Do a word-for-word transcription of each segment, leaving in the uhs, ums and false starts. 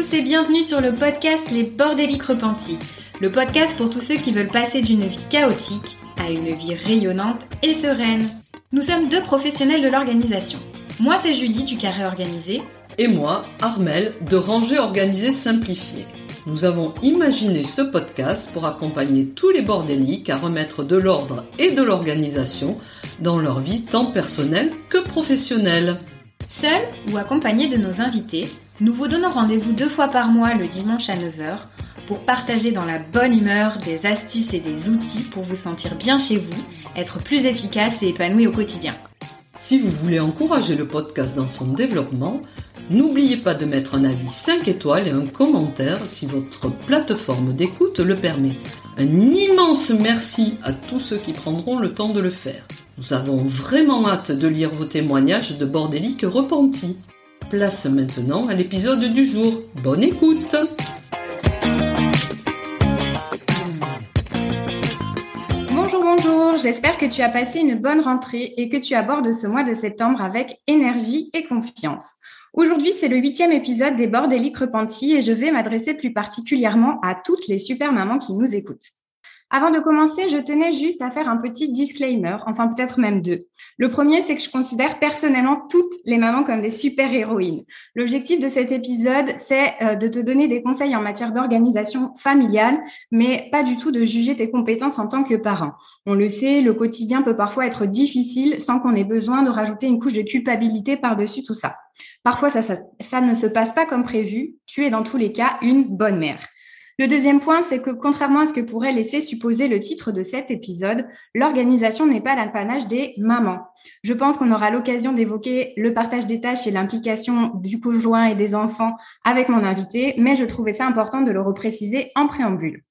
tous et bienvenue sur le podcast Les Bordéliques Repentis, le podcast pour tous ceux qui veulent passer d'une vie chaotique à une vie rayonnante et sereine. Nous sommes deux professionnels de l'organisation. Moi, c'est Julie du Carré Organisé. Et moi, Armelle, de Rangée Organisée Simplifiée. Nous avons imaginé ce podcast pour accompagner tous les bordéliques à remettre de l'ordre et de l'organisation dans leur vie tant personnelle que professionnelle. Seuls ou accompagnés de nos invités, nous vous donnons rendez-vous deux fois par mois le dimanche à neuf heures pour partager dans la bonne humeur des astuces et des outils pour vous sentir bien chez vous, être plus efficace et épanoui au quotidien. Si vous voulez encourager le podcast dans son développement, n'oubliez pas de mettre un avis cinq étoiles et un commentaire si votre plateforme d'écoute le permet. Un immense merci à tous ceux qui prendront le temps de le faire. Nous avons vraiment hâte de lire vos témoignages de bordéliques repentis. Place maintenant à l'épisode du jour. Bonne écoute! Bonjour, bonjour, j'espère que tu as passé une bonne rentrée et que tu abordes ce mois de septembre avec énergie et confiance. Aujourd'hui, c'est le huitième épisode des Bordéliques Repentis et je vais m'adresser plus particulièrement à toutes les super mamans qui nous écoutent. Avant de commencer, je tenais juste à faire un petit disclaimer, enfin peut-être même deux. Le premier, c'est que je considère personnellement toutes les mamans comme des super-héroïnes. L'objectif de cet épisode, c'est euh, de te donner des conseils en matière d'organisation familiale, mais pas du tout de juger tes compétences en tant que parent. On le sait, le quotidien peut parfois être difficile sans qu'on ait besoin de rajouter une couche de culpabilité par-dessus tout ça. Parfois, ça, ça, ça ne se passe pas comme prévu. Tu es dans tous les cas une bonne mère. Le deuxième point, c'est que contrairement à ce que pourrait laisser supposer le titre de cet épisode, l'organisation n'est pas l'apanage des mamans. Je pense qu'on aura l'occasion d'évoquer le partage des tâches et l'implication du conjoint et des enfants avec mon invité, mais je trouvais ça important de le repréciser en préambule.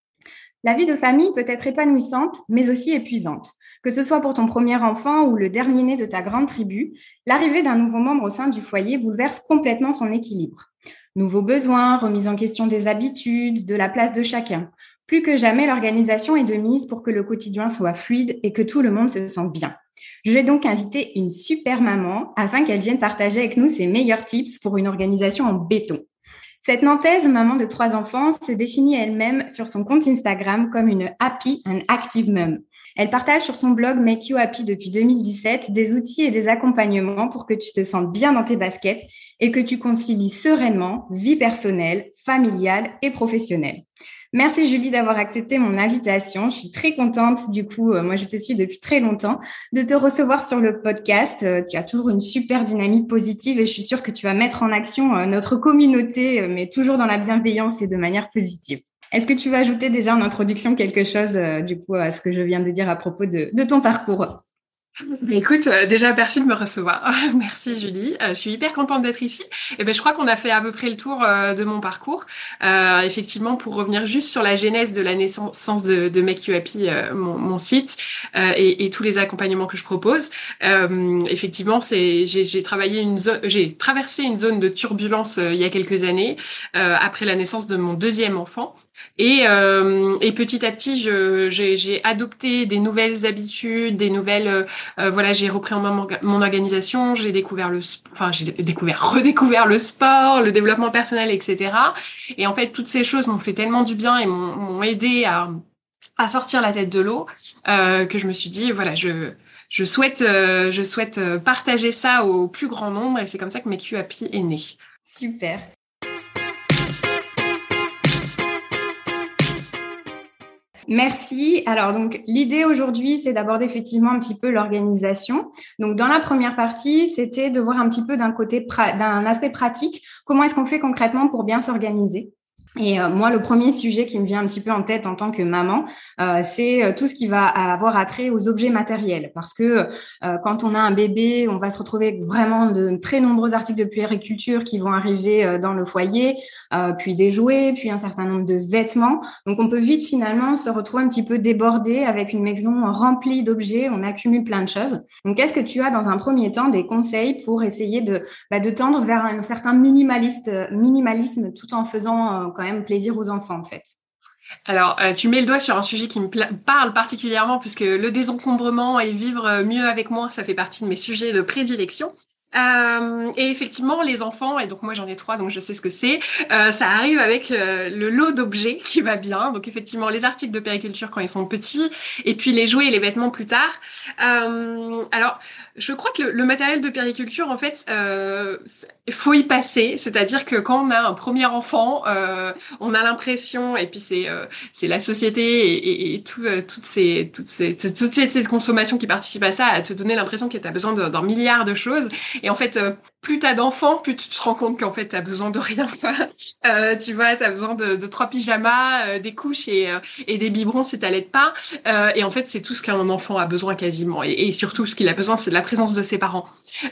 La vie de famille peut être épanouissante, mais aussi épuisante. Que ce soit pour ton premier enfant ou le dernier-né de ta grande tribu, l'arrivée d'un nouveau membre au sein du foyer bouleverse complètement son équilibre. Nouveaux besoins, remise en question des habitudes, de la place de chacun. Plus que jamais, l'organisation est de mise pour que le quotidien soit fluide et que tout le monde se sente bien. Je vais donc inviter une super maman afin qu'elle vienne partager avec nous ses meilleurs tips pour une organisation en béton. Cette Nantaise, maman de trois enfants, se définit elle-même sur son compte Instagram comme une happy and active mom. Elle partage sur son blog Make You Happy depuis deux mille dix-sept des outils et des accompagnements pour que tu te sentes bien dans tes baskets et que tu concilies sereinement vie personnelle, familiale et professionnelle. Merci Julie d'avoir accepté mon invitation. Je suis très contente. Du coup, euh, moi, je te suis depuis très longtemps de te recevoir sur le podcast. Euh, tu as toujours une super dynamique positive et je suis sûre que tu vas mettre en action euh, notre communauté, euh, mais toujours dans la bienveillance et de manière positive. Est-ce que tu veux ajouter déjà en introduction quelque chose, euh, du coup, à ce que je viens de dire à propos de, de ton parcours ? Écoute, euh, déjà merci de me recevoir. Merci Julie, euh, je suis hyper contente d'être ici. Et ben je crois qu'on a fait à peu près le tour euh, de mon parcours. Euh, effectivement, pour revenir juste sur la genèse de la naissance de, de Make You Happy, euh, mon, mon site euh, et, et tous les accompagnements que je propose. Euh, effectivement, c'est j'ai, j'ai travaillé une zone, j'ai traversé une zone de turbulence euh, il y a quelques années euh, après la naissance de mon deuxième enfant. Et, euh, et petit à petit, je, j'ai, j'ai adopté des nouvelles habitudes, des nouvelles Euh, voilà, j'ai repris en main mon, mon organisation, j'ai découvert le, enfin j'ai découvert, redécouvert le sport, le développement personnel, et cetera. Et en fait, toutes ces choses m'ont fait tellement du bien et m'ont, m'ont aidé à, à sortir la tête de l'eau euh, que je me suis dit, voilà, je, je souhaite, euh, je souhaite partager ça au plus grand nombre et c'est comme ça que Make You Happy est né. Super. Merci. Alors, donc, l'idée aujourd'hui, c'est d'aborder effectivement un petit peu l'organisation. Donc, dans la première partie, c'était de voir un petit peu d'un côté, pra- d'un aspect pratique, comment est-ce qu'on fait concrètement pour bien s'organiser. Et euh, moi, le premier sujet qui me vient un petit peu en tête en tant que maman, euh, c'est euh, tout ce qui va avoir attrait aux objets matériels. Parce que euh, quand on a un bébé, on va se retrouver avec vraiment de très nombreux articles de puériculture qui vont arriver euh, dans le foyer, euh, puis des jouets, puis un certain nombre de vêtements. Donc, on peut vite finalement se retrouver un petit peu débordé avec une maison remplie d'objets. On accumule plein de choses. Donc, est-ce que tu as dans un premier temps des conseils pour essayer de, bah, de tendre vers un certain minimaliste, minimalisme tout en faisant euh, quand même plaisir aux enfants en fait? Alors, euh, tu mets le doigt sur un sujet qui me pla- parle particulièrement puisque le désencombrement et vivre mieux avec moins, ça fait partie de mes sujets de prédilection. Euh, et effectivement, les enfants, et donc moi j'en ai trois, donc je sais ce que c'est, euh, ça arrive avec euh, le lot d'objets qui va bien. Donc effectivement, les articles de périculture quand ils sont petits, et puis les jouets et les vêtements plus tard. Euh, alors, je crois que le, le matériel de périculture, en fait, euh, il faut y passer. C'est-à-dire que quand on a un premier enfant, euh, on a l'impression, et puis c'est euh, c'est la société et, et, et tout, euh, toutes ces toutes ces toutes ces consommations qui participent à ça, à te donner l'impression que tu as besoin de- d'un milliard de choses. Et en fait, euh, plus t'as d'enfants, plus tu te rends compte qu'en fait, t'as besoin de rien. euh, tu vois, t'as besoin de, de trois pyjamas, euh, des couches et, euh, et des biberons si t'allaites pas. Euh, et en fait, c'est tout ce qu'un enfant a besoin quasiment. Et, et surtout, ce qu'il a besoin, c'est de la présence de ses parents.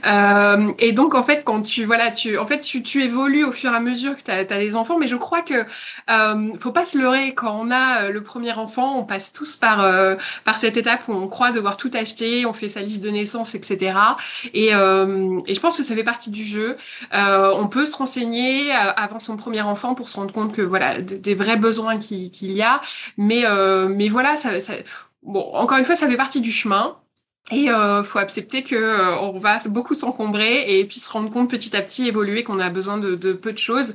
Euh, et donc, en fait, quand tu, voilà, tu, en fait, tu, tu évolues au fur et à mesure que t'as, t'as des enfants. Mais je crois que euh, faut pas se leurrer. Quand on a euh, le premier enfant, on passe tous par euh, par cette étape où on croit devoir tout acheter, on fait sa liste de naissance, et cetera. Et, euh, et je pense que ça fait partie du jeu. Euh, on peut se renseigner euh, avant son premier enfant pour se rendre compte que voilà d- des vrais besoins qu'il qu'il y a. Mais euh, mais voilà, ça, ça, bon, encore une fois, ça fait partie du chemin. Et euh, faut accepter que euh, on va beaucoup s'encombrer et puis se rendre compte petit à petit évoluer qu'on a besoin de, de peu de choses.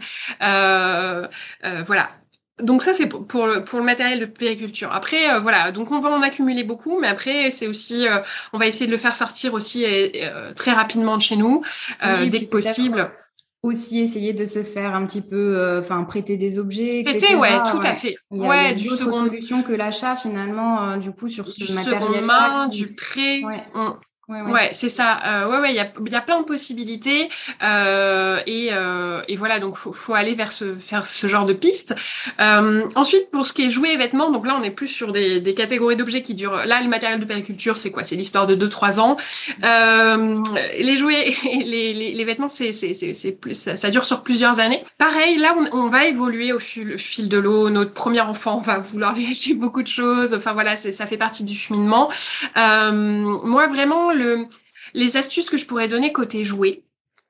Euh, euh, voilà. Donc ça c'est pour pour le, pour le matériel de périculture. Après euh, voilà, donc on va en accumuler beaucoup, mais après c'est aussi euh, on va essayer de le faire sortir aussi et, et, euh, très rapidement de chez nous euh, Oui, et dès puis que peut-être possible. aussi essayer de se faire un petit peu, euh, enfin, prêter des objets, C'était ouais, et cetera. tout à Ouais. fait. Il y a, il y a Ouais, du d'autres second solutions que l'achat finalement, euh, du coup, sur ce du seconde matériel-là main, du qui, prêt. ouais, Mm. ouais, ouais, tout Ouais, c'est ça. Euh, ouais, ouais, il y a, il y a plein de possibilités. Euh, et, euh, et voilà, donc faut, faut aller vers ce, faire ce genre de piste. Euh, ensuite, pour ce qui est jouets et vêtements, donc là, on est plus sur des, des catégories d'objets qui durent. Là, le matériel de périculture, c'est quoi? C'est l'histoire de deux trois ans. Euh, les jouets et les, les, les vêtements, c'est, c'est, c'est, c'est plus, ça, ça dure sur plusieurs années. Pareil, là, on, on va évoluer au fil, fil de l'eau. Notre premier enfant va vouloir lui acheter beaucoup de choses. Enfin voilà, c'est, ça fait partie du cheminement. Euh, moi, vraiment, le, les astuces que je pourrais donner côté jouets,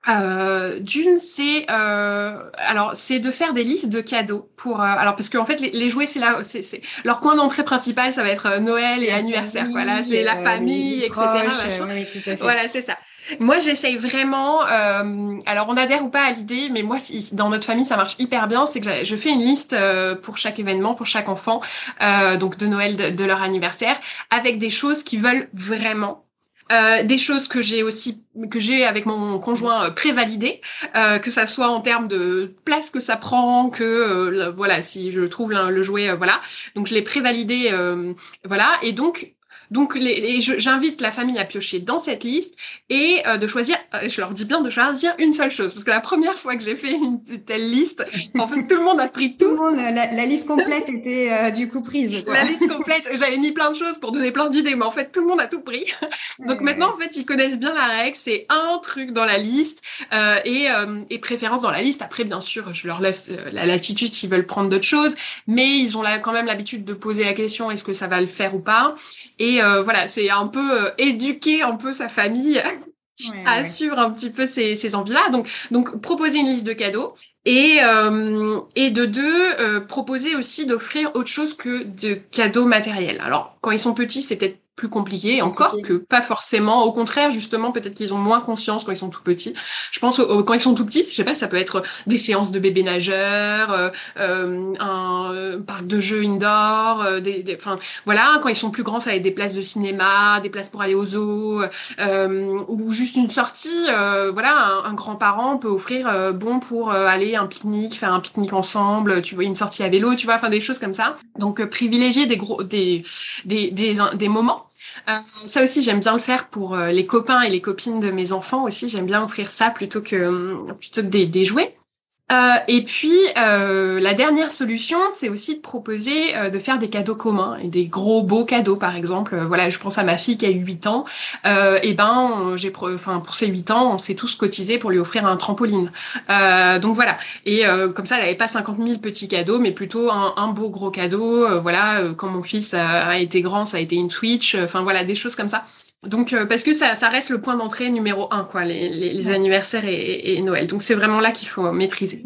euh, d'une, c'est euh, alors c'est de faire des listes de cadeaux pour euh, alors parce qu'en fait les, les jouets c'est là c'est c'est leur point d'entrée principal ça va être euh, Noël et la anniversaire quoi là famille, c'est la euh, les, famille les et cetera proches, euh, machin oui, oui, tout à fait. voilà c'est ça. Moi j'essaye vraiment euh, alors on adhère ou pas à l'idée mais moi si, dans notre famille ça marche hyper bien c'est que je je fais une liste euh, pour chaque événement pour chaque enfant euh, donc de Noël de, de leur anniversaire avec des choses qu'ils veulent vraiment. Euh, des choses que j'ai aussi que j'ai avec mon conjoint euh, prévalidées, euh, que ça soit en termes de place que ça prend, que euh, le- voilà si je trouve le, le jouet euh, voilà donc je l'ai prévalidé euh, voilà et donc donc les, les- je- j'invite la famille à piocher dans cette liste et euh, de choisir euh, je leur dis bien de choisir une seule chose parce que la première fois que j'ai fait une telle liste en fait tout le monde a pris Tout tout. le monde, la, la liste complète était euh, du coup prise, quoi. La liste complète, j'avais mis plein de choses pour donner plein d'idées, mais en fait, tout le monde a tout pris. Ouais, Donc ouais, maintenant, ouais. en fait, ils connaissent bien la règle. C'est un truc dans la liste euh, et, euh, et préférence dans la liste. Après, bien sûr, je leur laisse euh, la latitude s'ils veulent prendre d'autres choses, mais ils ont là quand même l'habitude de poser la question est-ce que ça va le faire ou pas. Et euh, voilà, c'est un peu euh, éduquer un peu sa famille Ouais, ouais, à ouais. suivre un petit peu ces, ces envies-là. Donc, donc, proposer une liste de cadeaux. Et, euh, et de deux, euh, proposer aussi d'offrir autre chose que de cadeaux matériels. Alors, quand ils sont petits, c'est peut-être plus C'est compliqué, encore que compliqué. pas forcément. Au contraire, justement, peut-être qu'ils ont moins conscience quand ils sont tout petits. Je pense au- au- quand ils sont tout petits, je sais pas, ça peut être des séances de bébé nageur, euh, euh, un euh, parc de jeux indoor, euh, des, des, enfin, voilà. Quand ils sont plus grands, ça va être des places de cinéma, des places pour aller au zoo, euh, ou juste une sortie. Euh, voilà, un, un grand-parent peut offrir euh, bon pour euh, aller un pique-nique, faire un pique-nique ensemble. Tu vois, une sortie à vélo, tu vois, enfin des choses comme ça. Donc euh, privilégier des gros, des des des, des moments. Euh, ça aussi, j'aime bien le faire pour euh, les copains et les copines de mes enfants aussi. J'aime bien offrir ça plutôt que euh, plutôt que des, des jouets. Euh, et puis, euh, la dernière solution, c'est aussi de proposer euh, de faire des cadeaux communs et des gros beaux cadeaux, par exemple. Euh, voilà, je pense à ma fille qui a eu huit ans. Euh, et ben, on- j'ai, pro- enfin, pour ses huit ans, on s'est tous cotisés pour lui offrir un trampoline. Euh, donc voilà. Et euh, comme ça, elle avait pas cinquante mille petits cadeaux, mais plutôt un, un beau gros cadeau. Euh, voilà, euh, quand mon fils a, a été grand, ça a été une Switch. Enfin voilà, des choses comme ça. Donc, euh, parce que ça, ça reste le point d'entrée numéro un, quoi, les, les, les Ouais. anniversaires et, et, et Noël. Donc, c'est vraiment là qu'il faut C'est maîtriser. ça.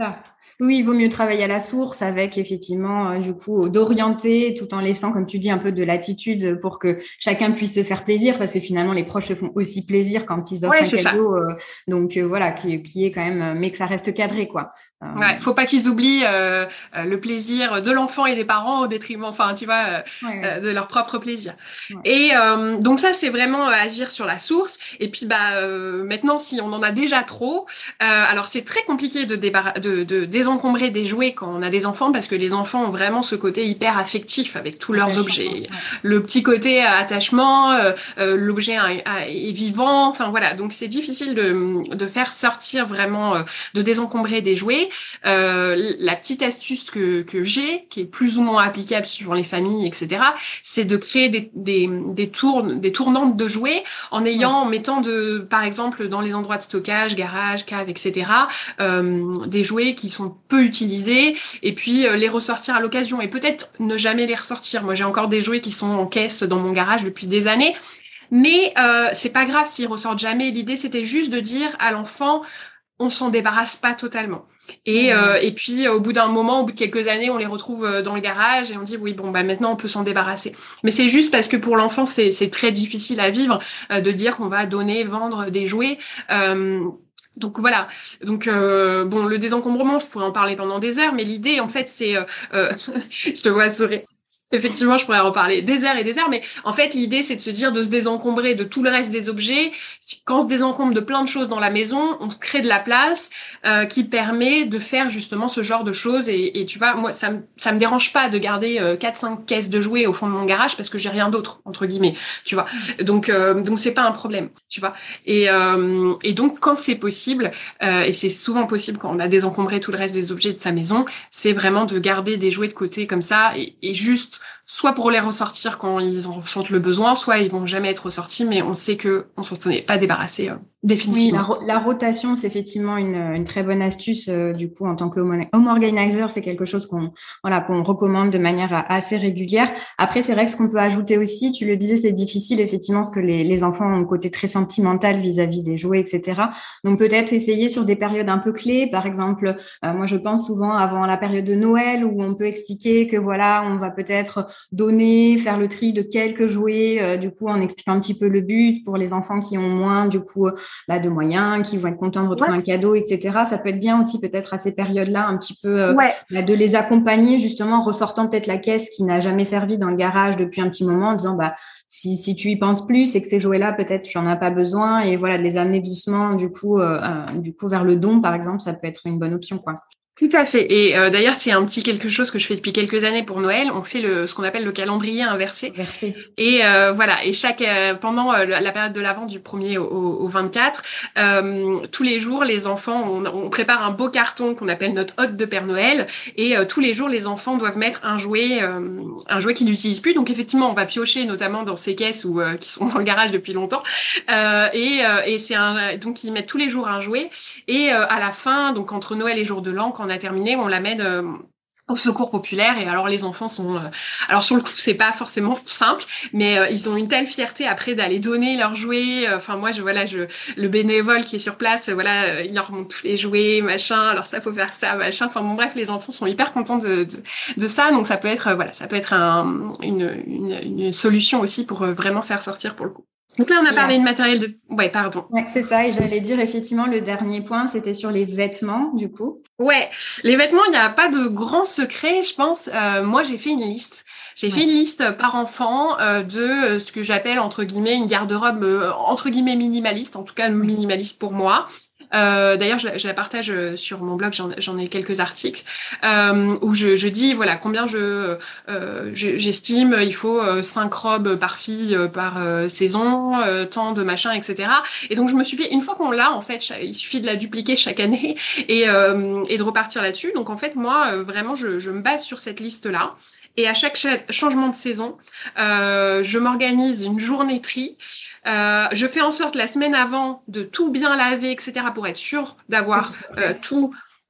Oui, il vaut mieux travailler à la source avec effectivement, euh, du coup, d'orienter tout en laissant, comme tu dis, un peu de latitude pour que chacun puisse se faire plaisir parce que finalement, les proches se font aussi plaisir quand ils offrent Ouais, un c'est ça. cadeau. euh, donc, euh, voilà, qui, qui est quand même, mais que ça reste cadré, quoi. Euh, Ouais, faut pas qu'ils oublient euh, euh, le plaisir de l'enfant et des parents au détriment, enfin, tu vois, euh, ouais, euh, ouais, de leur propre plaisir. ouais. Et euh, donc ça, c'est vraiment euh, agir sur la source. Et puis bah euh, maintenant, si on en a déjà trop, euh, alors c'est très compliqué de, débarra- de, de désencombrer des jouets quand on a des enfants parce que les enfants ont vraiment ce côté hyper affectif avec tous leurs Attachant, objets. ouais. Le petit côté euh, attachement, euh, euh, l'objet euh, est vivant, enfin voilà. Donc c'est difficile de, de faire sortir vraiment, euh, de désencombrer des jouets. Euh, la petite astuce que, que j'ai, qui est plus ou moins applicable sur les familles, et cetera, c'est de créer des, des, des, tournes, des tournantes de jouets en ayant, Ouais. en mettant de, par exemple, dans les endroits de stockage, garage, cave, et cetera, euh, des jouets qui sont peu utilisés et puis euh, les ressortir à l'occasion et peut-être ne jamais les ressortir. Moi, j'ai encore des jouets qui sont en caisse dans mon garage depuis des années. Mais euh, c'est pas grave s'ils ressortent jamais. L'idée, c'était juste de dire à l'enfant, on s'en débarrasse pas totalement. Et, Ouais, euh, ouais. et puis au bout d'un moment, au bout de quelques années, on les retrouve euh, dans le garage et on dit oui, bon bah maintenant on peut s'en débarrasser. Mais c'est juste parce que pour l'enfant, c'est c'est très difficile à vivre euh, de dire qu'on va donner, vendre des jouets. Euh, donc voilà. Donc euh, bon, le désencombrement, je pourrais en parler pendant des heures, mais l'idée en fait, c'est, euh, euh, je te vois sourire. Effectivement, je pourrais en parler des heures et des heures, mais en fait, l'idée, c'est de se dire de se désencombrer de tout le reste des objets. Quand on se désencombre de plein de choses dans la maison, on crée de la place euh, qui permet de faire justement ce genre de choses. Et, et tu vois, moi, ça me, ça me dérange pas de garder euh, quatre cinq caisses de jouets au fond de mon garage parce que j'ai rien d'autre, entre guillemets, tu vois. Donc, euh, donc c'est pas un problème, tu vois. Et, euh, et donc, quand c'est possible, euh, et c'est souvent possible quand on a désencombré tout le reste des objets de sa maison, c'est vraiment de garder des jouets de côté comme ça et, et juste soit pour les ressortir quand ils en ressentent le besoin, soit ils vont jamais être ressortis, mais on sait que on s'en est pas débarrassé euh, Oui, la, définitivement. ro- la rotation, c'est effectivement une, une très bonne astuce. euh, du coup, en tant que home home organizer, c'est quelque chose qu'on voilà, qu'on recommande de manière a- assez régulière. Après, c'est vrai que ce qu'on peut ajouter aussi, tu le disais, c'est difficile effectivement parce que les, les enfants ont un côté très sentimental vis-à-vis des jouets, et cetera. Donc peut-être essayer sur des périodes un peu clés. Par exemple, euh, moi je pense souvent avant la période de Noël où on peut expliquer que voilà, on va peut-être donner, faire le tri de quelques jouets, euh, du coup en expliquant un petit peu le but pour les enfants qui ont moins, du coup bah, de moyens, qui vont être contents de Ouais, retrouver un cadeau, et cetera. Ça peut être bien aussi peut-être à ces périodes-là, un petit peu euh, ouais. bah, de les accompagner justement en ressortant peut-être la caisse qui n'a jamais servi dans le garage depuis un petit moment, en disant bah si, si tu y penses plus, c'est que ces jouets-là peut-être tu en as pas besoin et voilà de les amener doucement du coup euh, euh, du coup vers le don par exemple, ça peut être une bonne option quoi. Tout à fait. Et euh, d'ailleurs, c'est un petit quelque chose que je fais depuis quelques années pour Noël. On fait le, ce qu'on appelle le calendrier inversé. Verser. Et euh, voilà, et chaque euh, pendant euh, la période de l'Avent du premier au, au vingt-quatre, euh, tous les jours, les enfants, on, on prépare un beau carton qu'on appelle notre hôte de Père Noël, et euh, tous les jours, les enfants doivent mettre un jouet, euh, un jouet qu'ils n'utilisent plus. Donc effectivement, on va piocher notamment dans ces caisses ou euh, qui sont dans le garage depuis longtemps, euh, et, euh, et c'est un donc ils mettent tous les jours un jouet, et euh, à la fin, donc entre Noël et Jour de l'An, quand on a terminé, on l'amène euh, au secours populaire. Et alors les enfants sont, euh, alors sur le coup c'est pas forcément simple, mais euh, ils ont une telle fierté après d'aller donner leurs jouets. Enfin moi je voilà je le bénévole qui est sur place, euh, voilà euh, il leur montre tous les jouets machin. Alors ça faut faire ça machin. Enfin bon bref les enfants sont hyper contents de de, de ça. Donc ça peut être euh, voilà ça peut être un, une, une une solution aussi pour euh, vraiment faire sortir pour le coup. Donc là on a Et, parlé de matériel de ouais pardon. ouais, c'est ça. Et j'allais dire effectivement le dernier point, c'était sur les vêtements du coup. Ouais, les vêtements, il n'y a pas de grand secret, je pense. Euh, moi, j'ai fait une liste. J'ai fait Ouais. une liste par enfant euh, de euh, ce que j'appelle entre guillemets une garde-robe euh, entre guillemets minimaliste, en tout cas minimaliste pour moi. Euh, d'ailleurs, je, je la partage euh, sur mon blog, j'en, j'en ai quelques articles euh, où je, je dis voilà combien je, euh, je- j'estime il faut euh, cinq robes par fille euh, par euh, saison, euh, tant de machin, et cetera. Et donc je me suis fait une fois qu'on l'a en fait, cha- il suffit de la dupliquer chaque année et, euh, et de repartir là-dessus. Donc en fait moi euh, vraiment je, je me base sur cette liste-là. Et à chaque cha- changement de saison, euh, je m'organise une journée tri. Euh, je fais en sorte la semaine avant de tout bien laver, et cetera pour être sûre Que d'avoir tout soit euh, prêt. tout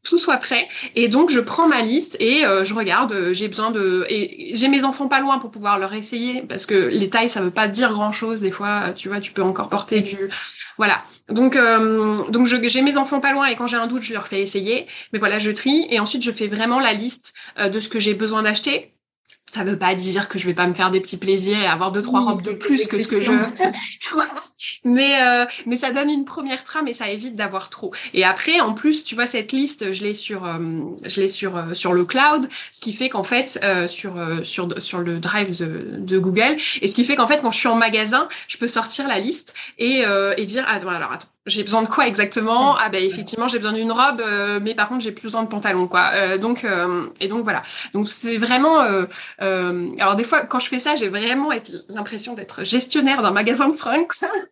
tout soit prêt. Et donc, je prends ma liste et euh, je regarde. euh, J'ai besoin de... Et j'ai mes enfants pas loin pour pouvoir leur essayer parce que les tailles, ça veut pas dire grand-chose. Des fois, tu vois, tu peux encore porter du... Voilà. Donc, euh, donc je, j'ai mes enfants pas loin et quand j'ai un doute, je leur fais essayer. Mais voilà, je trie et ensuite, je fais vraiment la liste euh, de ce que j'ai besoin d'acheter. Ça veut pas dire que je vais pas me faire des petits plaisirs et avoir deux, trois Oui, robes de plus que ce que je... Voilà. Mais, euh, mais ça donne une première trame et ça évite d'avoir trop. Et après, en plus, tu vois, cette liste, je l'ai sur, euh, je l'ai sur, euh, sur le cloud, ce qui fait qu'en fait, euh, sur, euh, sur, sur le drive de, de Google, et ce qui fait qu'en fait, quand je suis en magasin, je peux sortir la liste et, euh, et dire, ah, bon, alors attends, j'ai besoin de quoi exactement? Ah ben effectivement, j'ai besoin d'une robe, euh, mais par contre, j'ai plus besoin de pantalon, quoi. Euh, donc, euh, et donc voilà. Donc c'est vraiment... Euh, euh, alors des fois, quand je fais ça, j'ai vraiment l'impression d'être gestionnaire d'un magasin de fringues.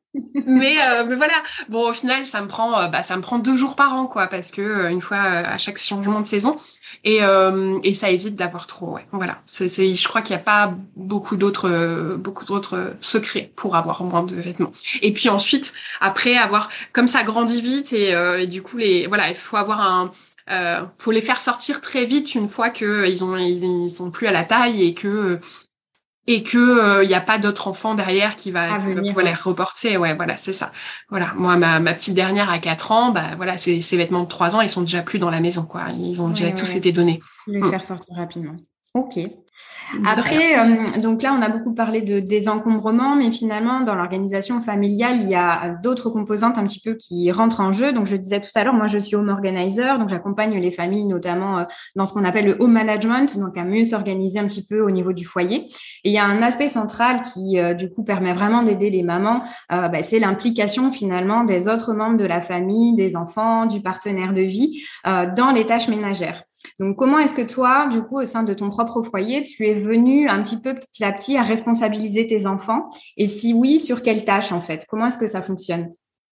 mais, euh, mais voilà. Bon, au final, ça me prend, euh, bah, ça me prend deux jours par an, quoi, parce que euh, une fois euh, à chaque changement de saison, et euh, et ça évite d'avoir trop. Ouais, voilà. C'est, c'est, je crois qu'il n'y a pas beaucoup d'autres, euh, beaucoup d'autres secrets pour avoir moins de vêtements. Et puis ensuite, après avoir, comme ça grandit vite, et, euh, et du coup les, voilà, il faut avoir un Euh, faut les faire sortir très vite une fois que ils ont ils, ils sont plus à la taille et que et que il euh, y a pas d'autre enfant derrière qui va À qui va venir, pouvoir ouais. les reporter. Ouais, voilà, c'est ça. Voilà, moi ma ma petite dernière à quatre ans, bah voilà, ces ces vêtements de trois ans, ils sont déjà plus dans la maison, quoi. Ils ont déjà Ouais, tous ouais. été donnés. Le Mm. faire sortir rapidement. Ok. De rien. Après, euh, donc là, on a beaucoup parlé de désencombrement, mais finalement, dans l'organisation familiale, il y a d'autres composantes un petit peu qui rentrent en jeu. Donc, je le disais tout à l'heure, moi, je suis home organizer, donc j'accompagne les familles, notamment euh, dans ce qu'on appelle le home management, donc à mieux s'organiser un petit peu au niveau du foyer. Et il y a un aspect central qui, euh, du coup, permet vraiment d'aider les mamans, euh, bah, c'est l'implication finalement des autres membres de la famille, des enfants, du partenaire de vie euh, dans les tâches ménagères. Donc, comment est-ce que toi, du coup, au sein de ton propre foyer, tu es venu un petit peu petit à petit à responsabiliser tes enfants? Et si oui, sur quelles tâches, en fait? Comment est-ce que ça fonctionne?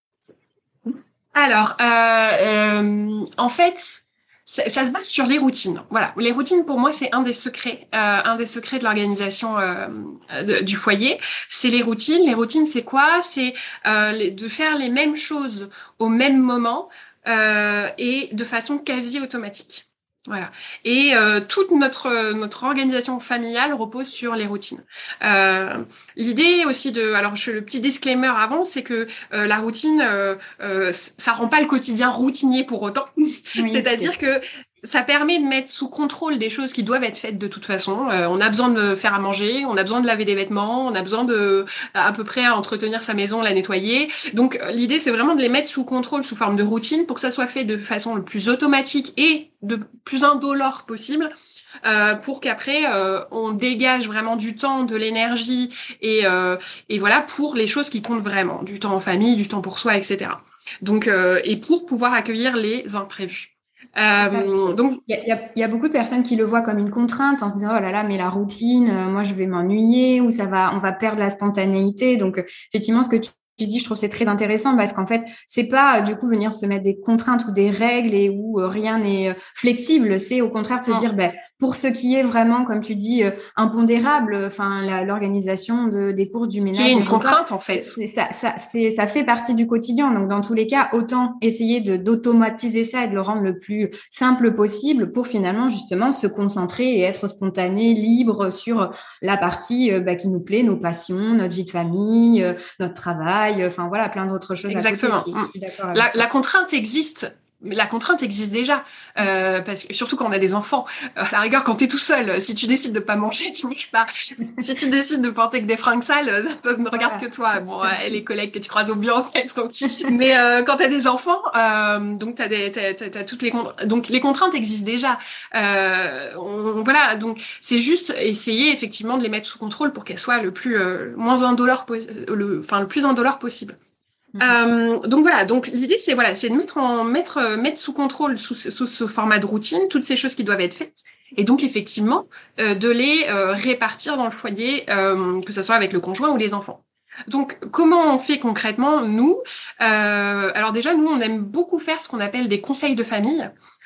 Alors, euh, euh, en fait, ça, ça se base sur les routines. Voilà, les routines pour moi c'est un des secrets, euh, un des secrets de l'organisation euh, de, du foyer. C'est les routines. Les routines, c'est quoi? C'est euh, les, de faire les mêmes choses au même moment euh, et de façon quasi automatique. Voilà. Et euh, toute notre notre organisation familiale repose sur les routines. Euh, L'idée aussi de, alors je, le petit disclaimer avant, c'est que euh, la routine, euh, euh, ça rend pas le quotidien routinier pour autant. Oui, C'est-à-dire que ça permet de mettre sous contrôle des choses qui doivent être faites de toute façon. Euh, on a besoin de faire à manger, on a besoin de laver des vêtements, on a besoin de à peu près entretenir sa maison, la nettoyer. Donc l'idée c'est vraiment de les mettre sous contrôle sous forme de routine pour que ça soit fait de façon le plus automatique et de plus indolore possible. Euh, pour qu'après euh, on dégage vraiment du temps, de l'énergie et, euh, et voilà pour les choses qui comptent vraiment, du temps en famille, du temps pour soi, et cetera. Donc euh, et pour pouvoir accueillir les imprévus. Euh, donc, il y, a, il y a beaucoup de personnes qui le voient comme une contrainte en se disant oh là là mais la routine, euh, moi je vais m'ennuyer ou ça va, on va perdre la spontanéité. Donc euh, effectivement ce que tu tu dis, je trouve c'est très intéressant parce qu'en fait, c'est pas du coup venir se mettre des contraintes ou des règles et où euh, rien n'est euh, flexible. C'est au contraire de se dire, ben, pour ce qui est vraiment, comme tu dis, euh, impondérable, enfin l'organisation de, des courses du ménage. Qui est une contrainte en fait. C'est, ça, ça, c'est, ça fait partie du quotidien. Donc dans tous les cas, autant essayer de, d'automatiser ça et de le rendre le plus simple possible pour finalement justement se concentrer et être spontané, libre sur la partie euh, bah, qui nous plaît, nos passions, notre vie de famille, euh, notre travail. Enfin voilà, plein d'autres choses. Exactement. À côté. Je suis d'accord avec la, toi. la contrainte existe. La contrainte existe déjà, euh, parce que surtout quand on a des enfants. À la rigueur, quand t'es tout seul, si tu décides de pas manger, tu manges pas. Si tu décides de porter que des fringues sales, ça ne regarde Voilà. que toi. Bon, et les collègues que tu croises au bureau, en fait. Donc. Mais euh, quand t'as des enfants, euh, donc t'as des, t'as, t'as, t'as toutes les contraintes. Donc les contraintes existent déjà. Euh, on, voilà, donc c'est juste essayer effectivement de les mettre sous contrôle pour qu'elles soient le plus euh, moins indolore, le, enfin le plus indolore possible. Euh, donc voilà, donc l'idée c'est voilà, c'est de mettre en mettre mettre sous contrôle sous, sous ce format de routine toutes ces choses qui doivent être faites et donc effectivement euh, de les euh, répartir dans le foyer, euh, que ce soit avec le conjoint ou les enfants. Donc comment on fait concrètement nous euh, Alors déjà nous on aime beaucoup faire ce qu'on appelle des conseils de famille.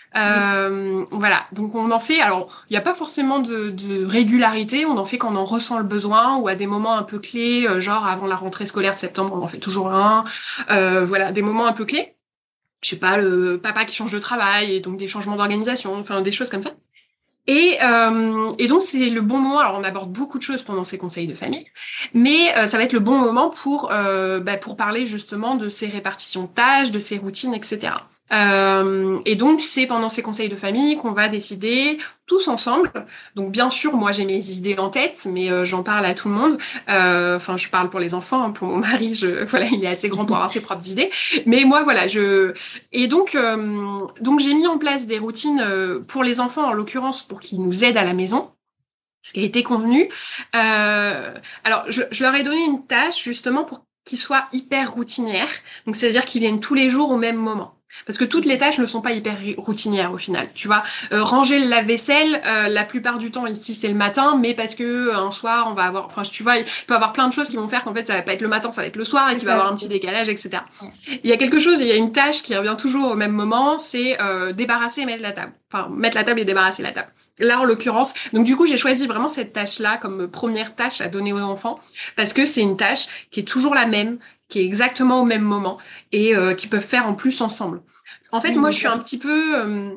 Euh, oui. Voilà, donc on en fait, alors il n'y a pas forcément de, de régularité, on en fait quand on en ressent le besoin ou à des moments un peu clés, euh, genre avant la rentrée scolaire de septembre, on en fait toujours un, euh, voilà, des moments un peu clés. je sais pas, le papa qui change de travail et donc des changements d'organisation, enfin des choses comme ça. Et, euh, et donc c'est le bon moment. Alors on aborde beaucoup de choses pendant ces conseils de famille, mais euh, ça va être le bon moment pour euh, bah, pour parler justement de ces répartitions de tâches, de ces routines, et cetera. Euh, et donc c'est pendant ces conseils de famille qu'on va décider tous ensemble. Donc bien sûr, moi j'ai mes idées en tête, mais euh, j'en parle à tout le monde. Euh, Enfin, je parle pour les enfants, hein, pour mon mari, je, voilà, il est assez grand pour avoir ses propres idées. Mais moi, voilà, je et donc euh, donc j'ai mis en place des routines euh, pour les enfants, en l'occurrence, pour qu'ils nous aident à la maison, ce qui a été convenu. Euh, alors, je, je leur ai donné une tâche justement pour qu'ils soient hyper routinières. Donc, c'est-à-dire qu'ils viennent tous les jours au même moment. Parce que toutes les tâches ne sont pas hyper routinières au final. Tu vois, euh, ranger le lave-vaisselle, euh, la plupart du temps ici c'est le matin, mais parce que euh, un soir on va avoir, enfin tu vois, il peut y avoir plein de choses qui vont faire qu'en fait ça va pas être le matin, ça va être le soir et qu'il va y avoir un petit décalage, et cetera. Ouais. Il y a quelque chose, il y a une tâche qui revient toujours au même moment, c'est euh, débarrasser et mettre la table. Enfin, mettre la table et débarrasser la table. Là, en l'occurrence, donc du coup, j'ai choisi vraiment cette tâche-là comme première tâche à donner aux enfants parce que c'est une tâche qui est toujours la même, qui est exactement au même moment et euh, qu'ils peuvent faire en plus ensemble. En fait, oui, moi, je suis un petit peu euh,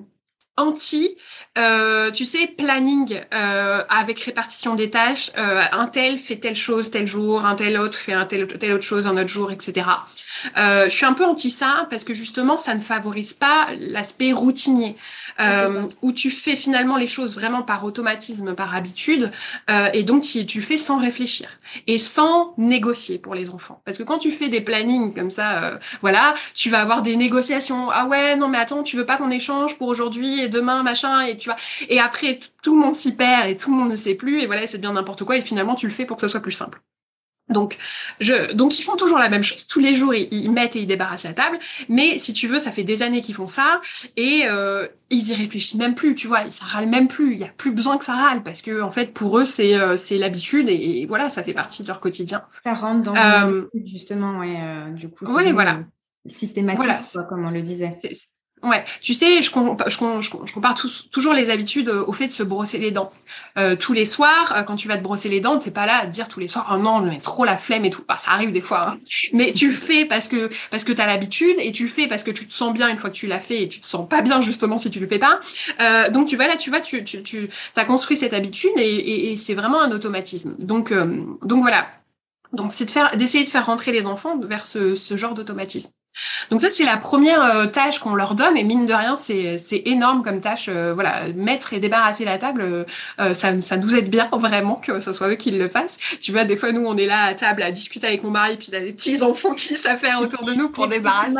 anti, euh, tu sais, planning euh, avec répartition des tâches. Euh, un tel fait telle chose tel jour, un tel autre fait un tel, telle autre chose un autre jour, et cetera. Euh, je suis un peu anti ça parce que justement, ça ne favorise pas l'aspect routinier. Euh, où tu fais finalement les choses vraiment par automatisme, par habitude, euh, et donc tu, tu fais sans réfléchir et sans négocier pour les enfants. Parce que quand tu fais des plannings comme ça, euh, voilà, tu vas avoir des négociations. Ah ouais, non mais attends, tu veux pas qu'on échange pour aujourd'hui et demain, machin, et tu vois. Et après, tout le monde s'y perd et tout le monde ne sait plus, et voilà, c'est bien n'importe quoi, et finalement tu le fais pour que ce soit plus simple. Donc, je, donc ils font toujours la même chose. Tous les jours, ils, ils mettent et ils débarrassent la table. Mais si tu veux, ça fait des années qu'ils font ça et euh, ils y réfléchissent même plus. Tu vois, ça râle même plus. Il y a plus besoin que ça râle parce que en fait, pour eux, c'est euh, c'est l'habitude et, et voilà, ça fait partie de leur quotidien. Ça rentre dans euh, une habitude justement, ouais. Euh, du coup, c'est ouais, voilà. Systématique, voilà. Quoi, comme on le disait. C'est, c'est... Ouais, tu sais, je, com- je, com- je, com- je compare tous- toujours les habitudes au fait de se brosser les dents. Euh, tous les soirs, euh, quand tu vas te brosser les dents, t'es pas là à te dire tous les soirs, oh non, mais trop la flemme et tout. Bah, ça arrive des fois, hein. Mais tu le fais parce que parce que t'as l'habitude et tu le fais parce que tu te sens bien une fois que tu l'as fait et tu te sens pas bien justement si tu le fais pas. Euh, donc tu vas là, tu vas, tu tu tu t'as construit cette habitude et, et, et c'est vraiment un automatisme. Donc euh, donc voilà. Donc c'est de faire d'essayer de faire rentrer les enfants vers ce, ce genre d'automatisme. Donc ça, c'est la première euh, tâche qu'on leur donne et mine de rien, c'est c'est énorme comme tâche. Euh, voilà, mettre et débarrasser la table, euh, ça, ça nous aide bien vraiment que ce soit eux qui le fassent. Tu vois, des fois, nous, on est là à table à discuter avec mon mari, puis il y a des petits enfants qui savent faire autour de nous pour les débarrasser.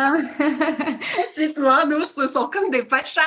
Petites mains. Mains, nous, on se sent comme des pachas.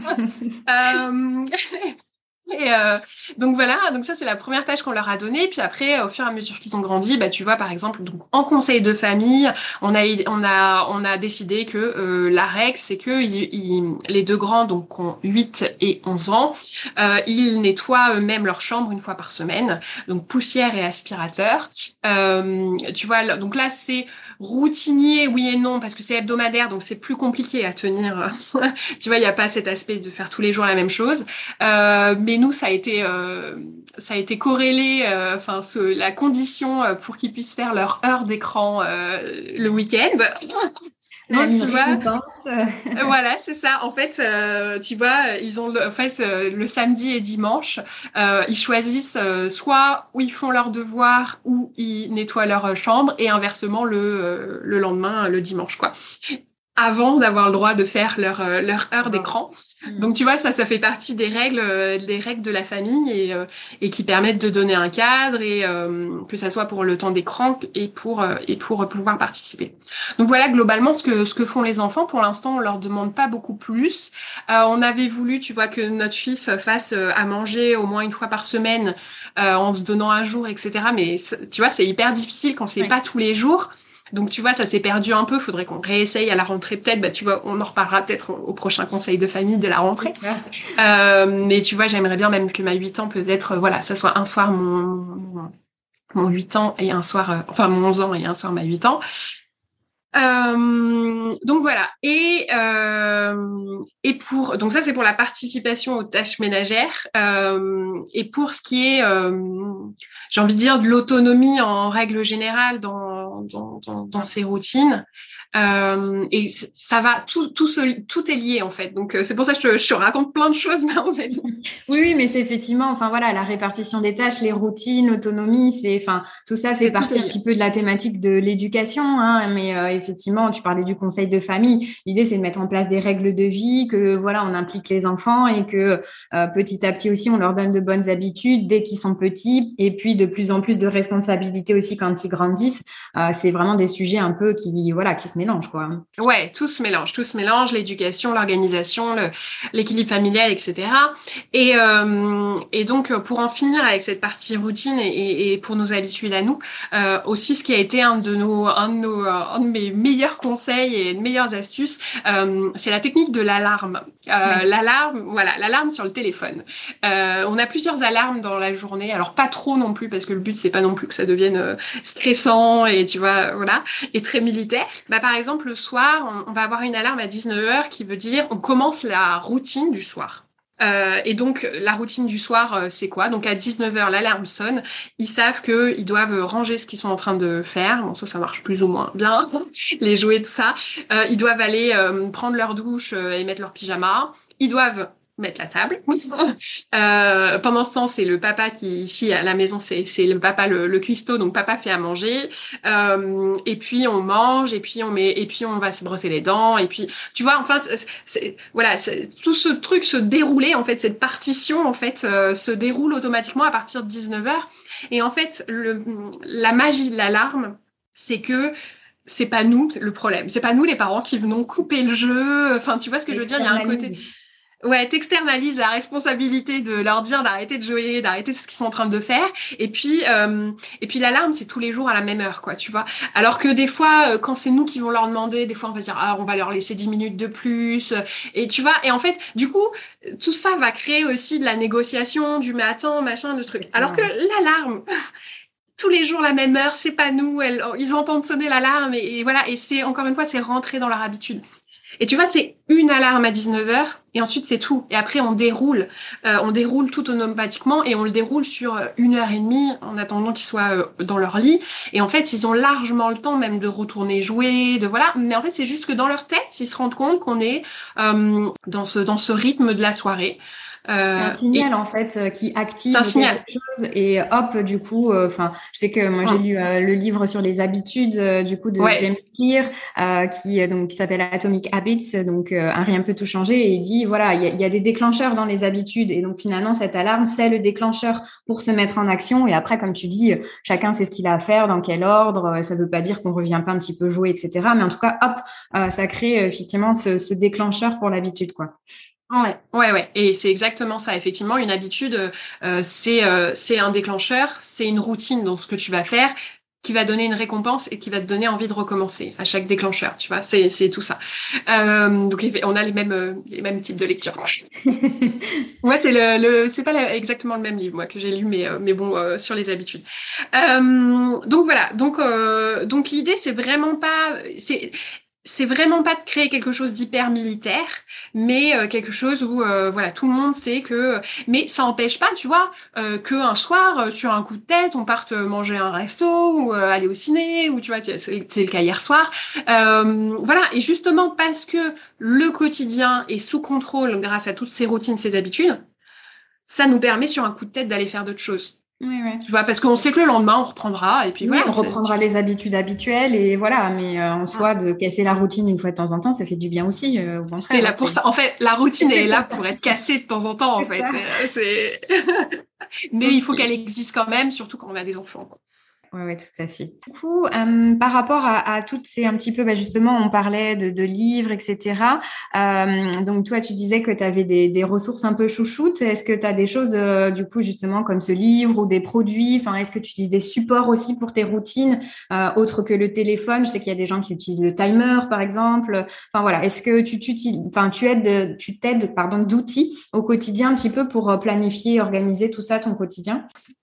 euh... Et euh, donc voilà, donc ça c'est la première tâche qu'on leur a donnée. Puis après, au fur et à mesure qu'ils ont grandi, bah tu vois par exemple, donc en conseil de famille, on a on a on a décidé que euh, la règle c'est que ils, ils, les deux grands donc ont huit et onze ans, euh, ils nettoient eux-mêmes leur chambre une fois par semaine, donc poussière et aspirateur. Euh, tu vois, donc là c'est routinier, oui et non, parce que c'est hebdomadaire, donc c'est plus compliqué à tenir. Tu vois, il n'y a pas cet aspect de faire tous les jours la même chose. Euh, mais nous, ça a été, euh, ça a été corrélé, enfin, euh, la condition pour qu'ils puissent faire leur heure d'écran euh, le week-end. Donc, tu vois, voilà, c'est ça. En fait, euh, tu vois, ils ont le, en fait, euh, le samedi et dimanche, euh, ils choisissent euh, soit où ils font leurs devoirs ou ils nettoient leur chambre et inversement le, euh, le lendemain, le dimanche, quoi. Avant d'avoir le droit de faire leur euh, leur heure d'écran. Mmh. Donc tu vois, ça ça fait partie des règles euh, des règles de la famille et euh, et qui permettent de donner un cadre et euh, que ça soit pour le temps d'écran et pour euh, et pour pouvoir participer. Donc voilà globalement ce que ce que font les enfants. Pour l'instant, on leur demande pas beaucoup plus. Euh, on avait voulu, tu vois, que notre fils fasse euh, à manger au moins une fois par semaine euh, en se donnant un jour, et cetera. Mais tu vois, c'est hyper difficile quand c'est oui. pas tous les jours. Donc, tu vois, ça s'est perdu un peu. Faudrait qu'on réessaye à la rentrée peut-être. Bah, tu vois, on en reparlera peut-être au, au prochain conseil de famille de la rentrée. Euh, mais tu vois, j'aimerais bien même que ma huit ans, peut-être, euh, voilà, ça soit un soir mon, mon, mon huit ans et un soir, euh, enfin, mon onze ans et un soir ma huit ans. Euh, donc voilà. Et euh, et pour donc ça c'est pour la participation aux tâches ménagères. Euh, et pour ce qui est, euh, j'ai envie de dire de l'autonomie en règle générale dans dans dans, dans ces routines. Euh, et ça va tout tout se, tout est lié en fait. Donc c'est pour ça que je te, je te raconte plein de choses mais en fait. Oui, oui, mais c'est effectivement, enfin voilà, la répartition des tâches, les routines, l'autonomie, c'est, enfin, tout ça fait C'est tout partie est un lié. petit peu de la thématique de l'éducation, hein, mais euh, effectivement, tu parlais du conseil de famille. L'idée, c'est de mettre en place des règles de vie, que voilà, on implique les enfants et que euh, petit à petit aussi, on leur donne de bonnes habitudes dès qu'ils sont petits, et puis de plus en plus de responsabilités aussi quand ils grandissent. Euh, c'est vraiment des sujets un peu qui, voilà, qui se mélangent, quoi. Ouais, tout se mélange, tout se mélange, l'éducation, l'organisation, le, l'équilibre familial, et cetera. Et, euh, et donc, pour en finir avec cette partie routine et, et, et pour nos habitudes à nous, euh, aussi ce qui a été un de nos, un de nos, un de mes meilleurs conseils et meilleures astuces, euh, c'est la technique de l'alarme. Euh, Oui. L'alarme, voilà, l'alarme sur le téléphone. Euh, on a plusieurs alarmes dans la journée, alors pas trop non plus parce que le but c'est pas non plus que ça devienne euh, stressant et tu vois, voilà, et très militaire. Bah par exemple le soir on va avoir une alarme à dix-neuf heures qui veut dire on commence la routine du soir. Euh, et donc la routine du soir, euh, c'est quoi? Donc à dix-neuf heures, l'alarme sonne. Ils savent qu'ils doivent ranger ce qu'ils sont en train de faire. Bon, ça, ça marche plus ou moins bien. Les jouets, tout ça. Euh, ils doivent aller euh, prendre leur douche euh, et mettre leur pyjama. Ils doivent mettre la table. Euh, pendant ce temps, c'est le papa qui, ici à la maison, c'est c'est le papa le, le cuistot, donc papa fait à manger. Euh, et puis on mange, et puis on met, et puis on va se brosser les dents, et puis tu vois, enfin, c'est, c'est, voilà, c'est, tout ce truc se déroulait en fait, cette partition en fait euh, se déroule automatiquement à partir de dix-neuf heures. Et en fait, le, la magie de l'alarme, c'est que c'est pas nous le problème, c'est pas nous les parents qui venons couper le jeu. Enfin, tu vois ce que je veux dire? Il y a un côté. Ouais, t'externalises la responsabilité de leur dire d'arrêter de jouer, d'arrêter ce qu'ils sont en train de faire. Et puis, euh, et puis l'alarme, c'est tous les jours à la même heure, quoi, tu vois. Alors que des fois, euh, quand c'est nous qui vont leur demander, des fois on va dire, ah, on va leur laisser dix minutes de plus. Et tu vois, et en fait, du coup, tout ça va créer aussi de la négociation, du mais attends, machin, de trucs. Alors que l'alarme, tous les jours la même heure, c'est pas nous, elles, ils entendent sonner l'alarme et, et voilà. Et c'est, encore une fois, c'est rentré dans leur habitude. Et tu vois, c'est une alarme à dix-neuf heures et ensuite c'est tout. Et après, on déroule. Euh, on déroule tout automatiquement et on le déroule sur une heure et demie en attendant qu'ils soient euh, dans leur lit. Et en fait, ils ont largement le temps même de retourner jouer, de voilà. Mais en fait, c'est juste que dans leur tête, ils se rendent compte qu'on est euh, dans ce, dans ce rythme de la soirée. C'est Euh, un signal et en fait euh, qui c'est un active quelque signal. chose et hop du coup enfin je sais que moi j'ai Hum. lu euh, le livre sur les habitudes euh, du coup de Ouais, James Clear euh, qui euh, donc qui s'appelle Atomic Habits donc euh, un rien peut tout changer et il dit voilà il y a, il y a des déclencheurs dans les habitudes et donc finalement cette alarme c'est le déclencheur pour se mettre en action et après comme tu dis chacun sait ce qu'il a à faire dans quel ordre ça veut pas dire qu'on revient pas un petit peu jouer etc mais en tout cas hop euh, ça crée euh, effectivement ce, ce déclencheur pour l'habitude quoi. ouais, ouais, ouais. Et c'est exactement ça. Effectivement, une habitude, euh, c'est euh, c'est un déclencheur, c'est une routine dans ce que tu vas faire qui va donner une récompense et qui va te donner envie de recommencer à chaque déclencheur. Tu vois, c'est c'est tout ça. Euh, donc on a les mêmes euh, les mêmes types de lecture. Moi, c'est le, le c'est pas la- exactement le même livre moi que j'ai lu, mais euh, mais bon euh, sur les habitudes. Euh, donc voilà. Donc euh, donc l'idée c'est vraiment pas c'est c'est vraiment pas de créer quelque chose d'hyper militaire, mais euh, quelque chose où euh, voilà tout le monde sait que. Mais ça empêche pas, tu vois, euh, que un soir euh, sur un coup de tête, on parte manger un resto ou euh, aller au ciné ou tu vois, c'est c'est le cas hier soir. Euh, voilà et justement parce que le quotidien est sous contrôle grâce à toutes ces routines, ces habitudes, ça nous permet sur un coup de tête d'aller faire d'autres choses. Oui, oui. Tu vois, parce qu'on sait que le lendemain on reprendra et puis Oui, voilà. on c'est- reprendra les habitudes habituelles et voilà. Mais euh, en Mm. soi, de casser la routine une fois de temps en temps, ça fait du bien aussi, euh, au C'est contraire. là Hein, pour c'est ça. En fait, la routine elle est là pour être cassée de temps en temps, en c'est fait. ça. C'est, c'est... Mais il faut Ok. qu'elle existe quand même, surtout quand on a des enfants, quoi. Ouais, ouais, tout à fait. Du coup, euh, par rapport à, à toutes ces un petit peu, bah, justement, on parlait de, de livres, et cetera. Euh, donc, toi, tu disais que tu avais des, des ressources un peu chouchoutes. Est-ce que tu as des choses, euh, du coup, justement, comme ce livre ou des produits? Enfin, est-ce que tu utilises des supports aussi pour tes routines, euh, autres que le téléphone? Je sais qu'il y a des gens qui utilisent le timer, par exemple. Enfin, voilà. Est-ce que tu, tu, enfin, tu aides, tu t'aides, pardon, d'outils au quotidien un petit peu pour planifier, organiser tout ça, ton quotidien?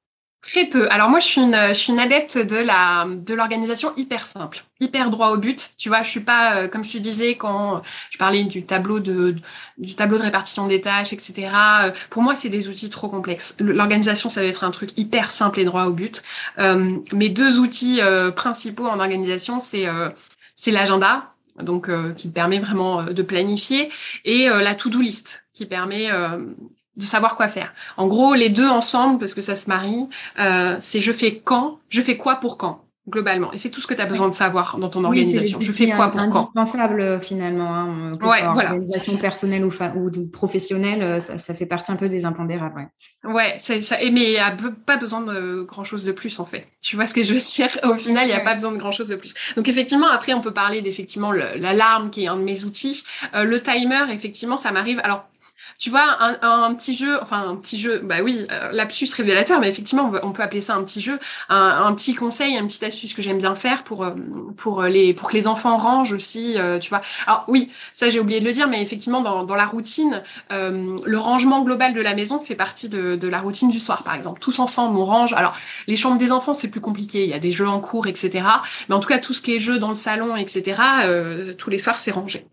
Très peu. Alors moi, je suis une, je suis une adepte de la, de l'organisation hyper simple, hyper droit au but. Tu vois, je suis pas, euh, comme je te disais quand je parlais du tableau de, du tableau de répartition des tâches, et cetera. euh, Pour moi, c'est des outils trop complexes. L'organisation, ça doit être un truc hyper simple et droit au but. Euh, mes deux outils euh, principaux en organisation, c'est euh, c'est l'agenda, donc euh, qui permet vraiment euh, de planifier, et euh, la to-do list, qui permet euh, de savoir quoi faire. En gros, les deux ensemble, parce que ça se marie, euh, c'est je fais quand, je fais quoi pour quand, globalement. Et c'est tout ce que tu as besoin de savoir dans ton Oui, c'est les organisation. Je fais outils quoi pour quand. indispensables euh, finalement, hein, euh, que ce Ouais, soit voilà. organisation personnelle ou, fa- ou de- professionnelle, euh, ça, ça fait partie un peu des impondérables. Ouais. Ouais, c'est ça. Et mais il n'y a be- pas besoin de grand-chose de plus, en fait. Tu vois ce que je veux dire? Au final, il n'y a Ouais. pas besoin de grand-chose de plus. Donc, effectivement, après, on peut parler d'effectivement le- l'alarme, qui est un de mes outils. Euh, le timer, effectivement, ça m'arrive. Alors, tu vois, un, un petit jeu, enfin un petit jeu, bah oui, euh, lapsus révélateur, mais effectivement, on peut, on peut appeler ça un petit jeu, un, un petit conseil, une petite astuce que j'aime bien faire pour euh, pour les pour que les enfants rangent aussi, euh, tu vois. Alors oui, ça j'ai oublié de le dire, mais effectivement, dans, dans la routine, euh, le rangement global de la maison fait partie de, de la routine du soir, par exemple. Tous ensemble, on range. Alors, les chambres des enfants, c'est plus compliqué, il y a des jeux en cours, et cetera. Mais en tout cas, tout ce qui est jeux dans le salon, et cetera, euh, tous les soirs, c'est rangé.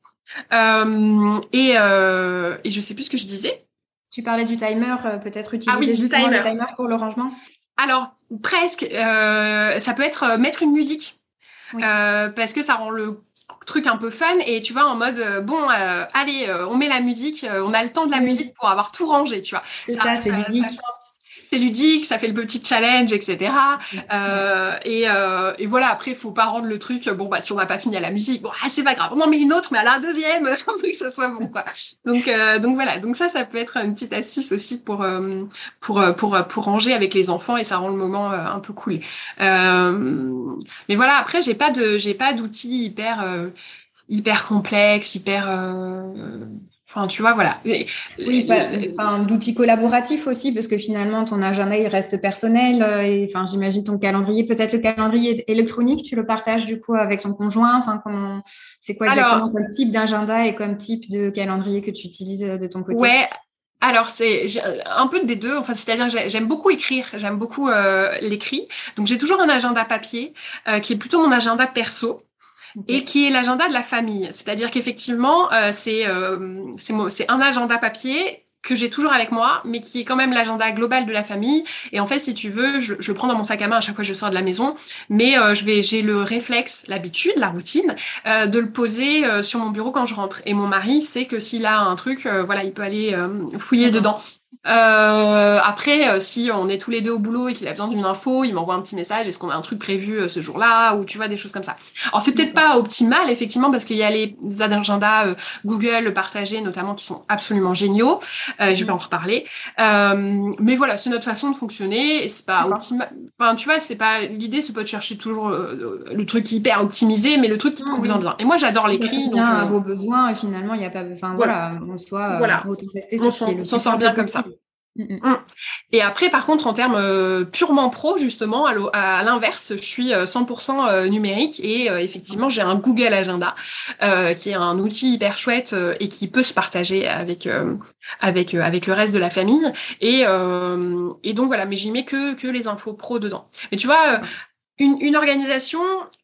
Euh, et, euh, et je sais plus ce que je disais. Tu parlais du timer, euh, peut-être Ah utiliser oui, justement le timer. timer pour le rangement? Alors, presque, euh, ça peut être euh, mettre une musique, Oui, euh, parce que ça rend le truc un peu fun et tu vois en mode euh, bon euh, allez euh, on met la musique euh, on a le temps de la oui, musique oui. pour avoir tout rangé tu vois C'est ça, ça, c'est ça, ça fait ludique. un petit- c'est ludique ça fait le petit challenge etc Ouais. euh, et, euh, et voilà après faut pas rendre le truc bon bah si on n'a pas fini à la musique bon ah, c'est pas grave on en met une autre mais à la deuxième faut que ça soit bon quoi donc euh, donc voilà donc ça ça peut être une petite astuce aussi pour euh, pour euh, pour euh, pour ranger avec les enfants et ça rend le moment euh, un peu cool euh, mais voilà après j'ai pas de j'ai pas d'outils hyper euh, hyper complexe, hyper. euh, Enfin, tu vois, voilà. Et- Oui, pas- et- enfin, d'outils collaboratifs aussi, parce que finalement, ton agenda, il reste personnel. euh, Et, enfin, j'imagine ton calendrier, peut-être le calendrier électronique, tu le partages du coup avec ton conjoint. Enfin, comment, c'est quoi exactement Alors, comme type d'agenda et comme type de calendrier que tu utilises euh, de ton côté? ouais. Alors, c'est j'ai un peu des deux. Enfin, c'est-à-dire que j'ai- j'aime beaucoup écrire, j'aime beaucoup euh, l'écrit. Donc, j'ai toujours un agenda papier euh, qui est plutôt mon agenda perso. Ok. Et qui est l'agenda de la famille. C'est-à-dire qu'effectivement, euh, c'est euh, c'est mo- c'est un agenda papier que j'ai toujours avec moi, mais qui est quand même l'agenda global de la famille. Et en fait, si tu veux, je, je le prends dans mon sac à main à chaque fois que je sors de la maison, mais euh, je vais, j'ai le réflexe, l'habitude, la routine, euh, de le poser euh, sur mon bureau quand je rentre. Et mon mari sait que s'il a un truc, euh, voilà, il peut aller euh, fouiller D'accord. dedans. Euh, après, euh, si on est tous les deux au boulot et qu'il a besoin d'une info, il m'envoie un petit message, est-ce qu'on a un truc prévu euh, ce jour-là, ou tu vois, des choses comme ça. Alors, c'est peut-être D'accord. pas optimal, effectivement, parce qu'il y a les agendas euh, Google partagés, notamment, qui sont absolument géniaux. Euh, je vais en reparler. Euh, mais voilà, c'est notre façon de fonctionner. Et c'est pas D'accord. optimal. Enfin, tu vois, c'est pas l'idée, c'est pas de chercher toujours euh, le truc hyper optimisé, mais le truc qui te convient Mhm. bien. Et moi, j'adore Si ça l'écrit, convient donc à euh, vos besoins, et finalement, il n'y a pas, enfin voilà, voilà, en soi, voilà. euh, autant rester On sur ce qui est s'en le s'en plus sort simple bien comme ça. possible. Mhm. Mm. Et après, par contre, en termes euh, purement pro, justement, à l'o- à l'inverse, je suis euh, cent pour cent euh, numérique et euh, effectivement, j'ai un Google Agenda euh, qui est un outil hyper chouette euh, et qui peut se partager avec euh, avec euh, avec le reste de la famille. Et euh, et donc voilà, mais j'y mets que que les infos pro dedans. Mais tu vois, euh, une une organisation,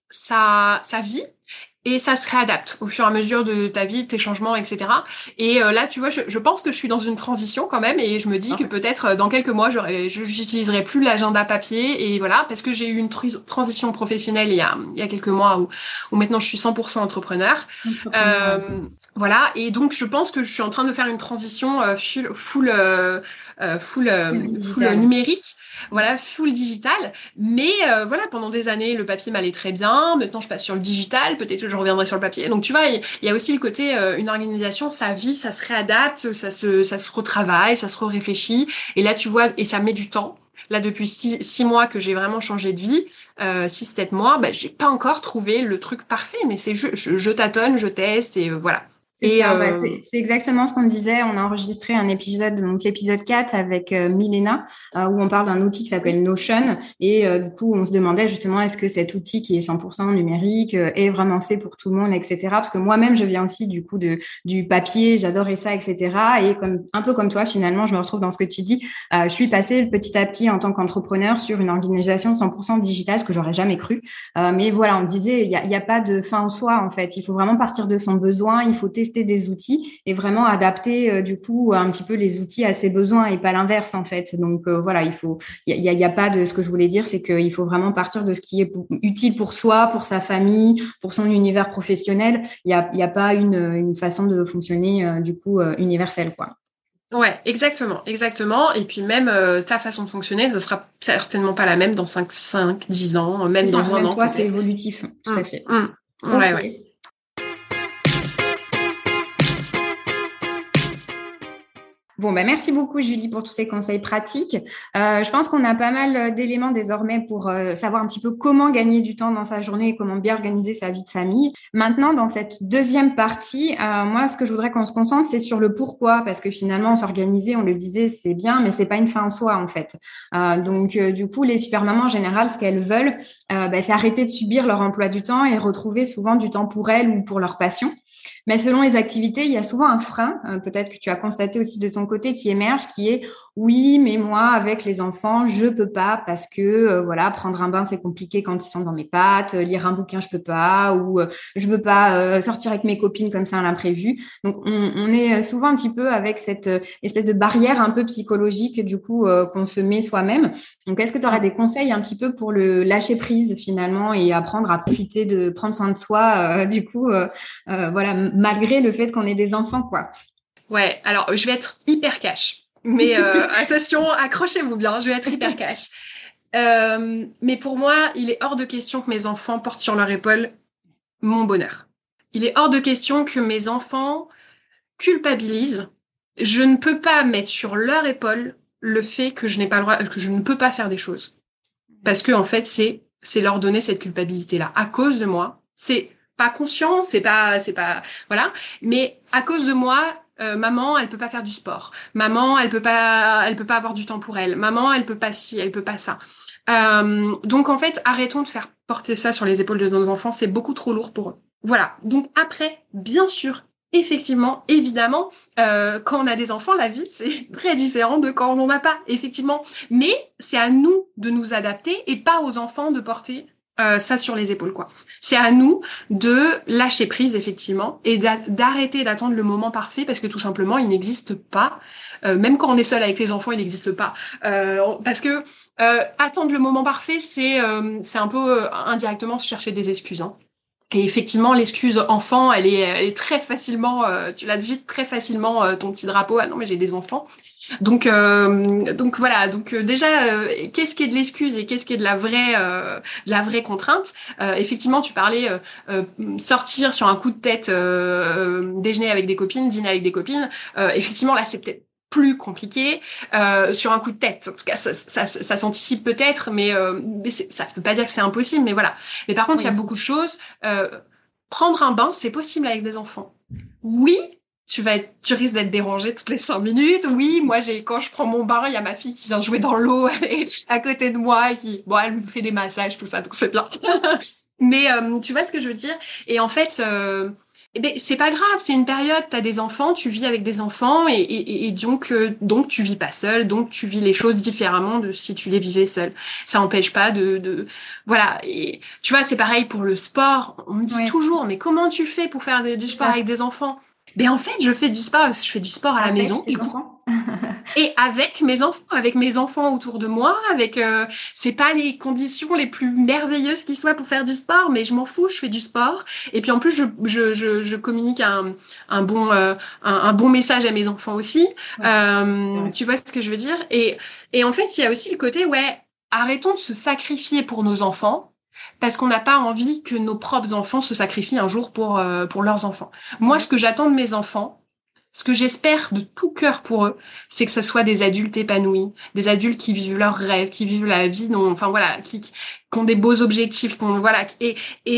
ça ça vit. Et ça se réadapte au fur et à mesure de ta vie, de tes changements, et cetera. Et euh, là, tu vois, je, je pense que je suis dans une transition quand même, et je me dis que peut-être euh, dans quelques mois, j'aurai, je j'utiliserai plus l'agenda papier, et voilà, parce que j'ai eu une tri- transition professionnelle il y a, il y a quelques mois où, où maintenant je suis cent pour cent entrepreneur. Entrepreneur, Euh, ouais. voilà, et donc je pense que je suis en train de faire une transition euh, full, full, euh, euh, full, Plus euh, full digital. numérique, Mm. voilà, full digital. Mais euh, voilà, pendant des années, le papier m'allait très bien. Maintenant, je passe sur le digital. Peut-être que je reviendrai sur le papier. Donc, tu vois, il il y a aussi le côté, euh, une organisation, ça vit, ça se réadapte, ça se, ça se retravaille, ça se réfléchit. Et là, tu vois, et ça met du temps. Là, depuis six, six mois que j'ai vraiment changé de vie, euh, six, sept mois, bah, j'ai pas encore trouvé le truc parfait. Mais c'est je, je, je tâtonne, je teste et euh, voilà. C'est Et ça, bah, euh, c'est c'est exactement ce qu'on disait. On a enregistré un épisode, donc l'épisode quatre avec euh, Milena, euh, où on parle d'un outil qui s'appelle Notion. Et euh, du coup, on se demandait justement, est-ce que cet outil qui est cent pour cent numérique euh, est vraiment fait pour tout le monde, et cetera. Parce que moi-même, je viens aussi du coup de, du papier, j'adorais ça, et cetera. Et comme, un peu comme toi, finalement, je me retrouve dans ce que tu dis. Euh, je suis passée petit à petit en tant qu'entrepreneur sur une organisation cent pour cent digitale, ce que j'aurais jamais cru. Euh, mais voilà, on disait, il n'y a, il y a pas de fin en soi, en fait. Il faut vraiment partir de son besoin, il faut tester des outils et vraiment adapter, euh, du coup, un petit peu les outils à ses besoins et pas l'inverse, en fait. Donc, euh, voilà, il faut, il y a, il y a pas de, ce que je voulais dire, c'est qu'il faut vraiment partir de ce qui est pour- utile pour soi, pour sa famille, pour son univers professionnel. Il y a, il y a pas une, une façon de fonctionner, euh, du coup, euh, universelle, quoi. ouais, exactement, exactement. Et puis même euh, ta façon de fonctionner, ne sera certainement pas la même dans cinq, cinq, dix ans, C'est même ça, dans un même an toi, c'est peut-être. évolutif, tout à Hum, fait. hum. Ouais, Ok. ouais. Bon, bah merci beaucoup, Julie, pour tous ces conseils pratiques. Euh, je pense qu'on a pas mal d'éléments désormais pour euh, savoir un petit peu comment gagner du temps dans sa journée et comment bien organiser sa vie de famille. Maintenant, dans cette deuxième partie, euh, moi, ce que je voudrais qu'on se concentre, c'est sur le pourquoi, parce que finalement, s'organiser, on le disait, c'est bien, mais c'est pas une fin en soi, en fait. Euh, donc, euh, du coup, les super mamans, en général, ce qu'elles veulent, euh, bah, c'est arrêter de subir leur emploi du temps et retrouver souvent du temps pour elles ou pour leur passion. Mais selon les activités, il y a souvent un frein, euh, peut-être que tu as constaté aussi de ton côté, qui émerge, qui est oui, mais moi, avec les enfants, je peux pas parce que euh, voilà, prendre un bain, c'est compliqué quand ils sont dans mes pattes, euh, lire un bouquin, je peux pas, ou euh, je peux pas euh, sortir avec mes copines comme ça à l'imprévu. Donc, on, on est souvent un petit peu avec cette euh, espèce de barrière un peu psychologique, du coup, euh, qu'on se met soi-même. Donc, est-ce que tu aurais des conseils un petit peu pour le lâcher prise finalement et apprendre à profiter de prendre soin de soi, euh, du coup, euh, euh, voilà, malgré le fait qu'on ait des enfants, quoi. Ouais, alors je vais être hyper cash. Mais euh, attention, accrochez-vous bien, je vais être hyper cash. Euh, mais pour moi, il est hors de question que mes enfants portent sur leur épaule mon bonheur. Il est hors de question que mes enfants culpabilisent. Je ne peux pas mettre sur leur épaule le fait que je n'ai pas le droit, que je ne peux pas faire des choses. Parce que en fait, c'est c'est leur donner cette culpabilité-là à cause de moi. C'est pas conscient, c'est pas c'est pas voilà, mais à cause de moi, euh, maman, elle peut pas faire du sport. Maman, elle peut pas elle peut pas avoir du temps pour elle. Maman, elle peut pas ci, elle peut pas ça. Euh, donc en fait, arrêtons de faire porter ça sur les épaules de nos enfants, c'est beaucoup trop lourd pour eux. Voilà. Donc après, bien sûr, effectivement, évidemment, euh, quand on a des enfants, la vie c'est très différent de quand on n'en a pas, effectivement. Mais c'est à nous de nous adapter et pas aux enfants de porter euh, ça sur les épaules, quoi. C'est à nous de lâcher prise, effectivement, et d'a- d'arrêter d'attendre le moment parfait parce que tout simplement, il n'existe pas. Euh, même quand on est seul avec les enfants, il n'existe pas. Euh, parce que euh, attendre le moment parfait, c'est euh, c'est un peu euh, indirectement se chercher des excuses, hein. Et effectivement, l'excuse enfant, elle est, elle est très facilement, euh, tu l'as dit très facilement, euh, ton petit drapeau. Ah non, mais j'ai des enfants. Donc, euh, donc voilà. Donc euh, déjà, euh, qu'est-ce qui est de l'excuse et qu'est-ce qui est de la vraie, euh, de la vraie contrainte? Euh, effectivement, tu parlais euh, euh, sortir sur un coup de tête, euh, euh, déjeuner avec des copines, dîner avec des copines. Euh, effectivement, là, c'est peut-être plus compliqué euh, sur un coup de tête. En tout cas, ça, ça, ça, ça s'anticipe peut-être, mais, euh, mais ça ne veut pas dire que c'est impossible. Mais voilà. Mais par contre, il y a Oui. beaucoup de choses. Euh, prendre un bain, c'est possible avec des enfants. Oui, tu vas être, tu risques d'être dérangé toutes les cinq minutes. Oui, moi, j'ai, quand je prends mon bain, il y a ma fille qui vient jouer dans l'eau à côté de moi, et qui, bon, elle me fait des massages, tout ça, donc c'est bien. Mais euh, tu vois ce que je veux dire? Et en fait, euh, eh ben, c'est pas grave, c'est une période, t'as des enfants, tu vis avec des enfants, et, et, et donc, euh, donc tu vis pas seul, donc tu vis les choses différemment de si tu les vivais seul. Ça empêche pas de, de, voilà. Et tu vois, c'est pareil pour le sport. On me dit Oui, toujours, mais comment tu fais pour faire des- du c'est sport ça. avec des enfants? Ben en fait, je fais du sport, je fais du sport à la Avec maison, tes du coup. enfants? Et avec mes enfants, avec mes enfants autour de moi, avec euh, c'est pas les conditions les plus merveilleuses qui soient pour faire du sport, mais je m'en fous, je fais du sport. Et puis en plus, je, je, je, je communique un, un bon euh, un, un bon message à mes enfants aussi. Ouais, c'est Euh, vrai. tu vois ce que je veux dire? Et et en fait, il y a aussi le côté ouais, arrêtons de se sacrifier pour nos enfants. Parce qu'on n'a pas envie que nos propres enfants se sacrifient un jour pour, euh, pour leurs enfants. Moi, ce Ouais. que j'attends de mes enfants, ce que j'espère de tout cœur pour eux, c'est que ce soit des adultes épanouis, des adultes qui vivent leurs rêves, qui vivent la vie, dont, enfin voilà, qui, qui ont des beaux objectifs, qui ont, voilà, et, et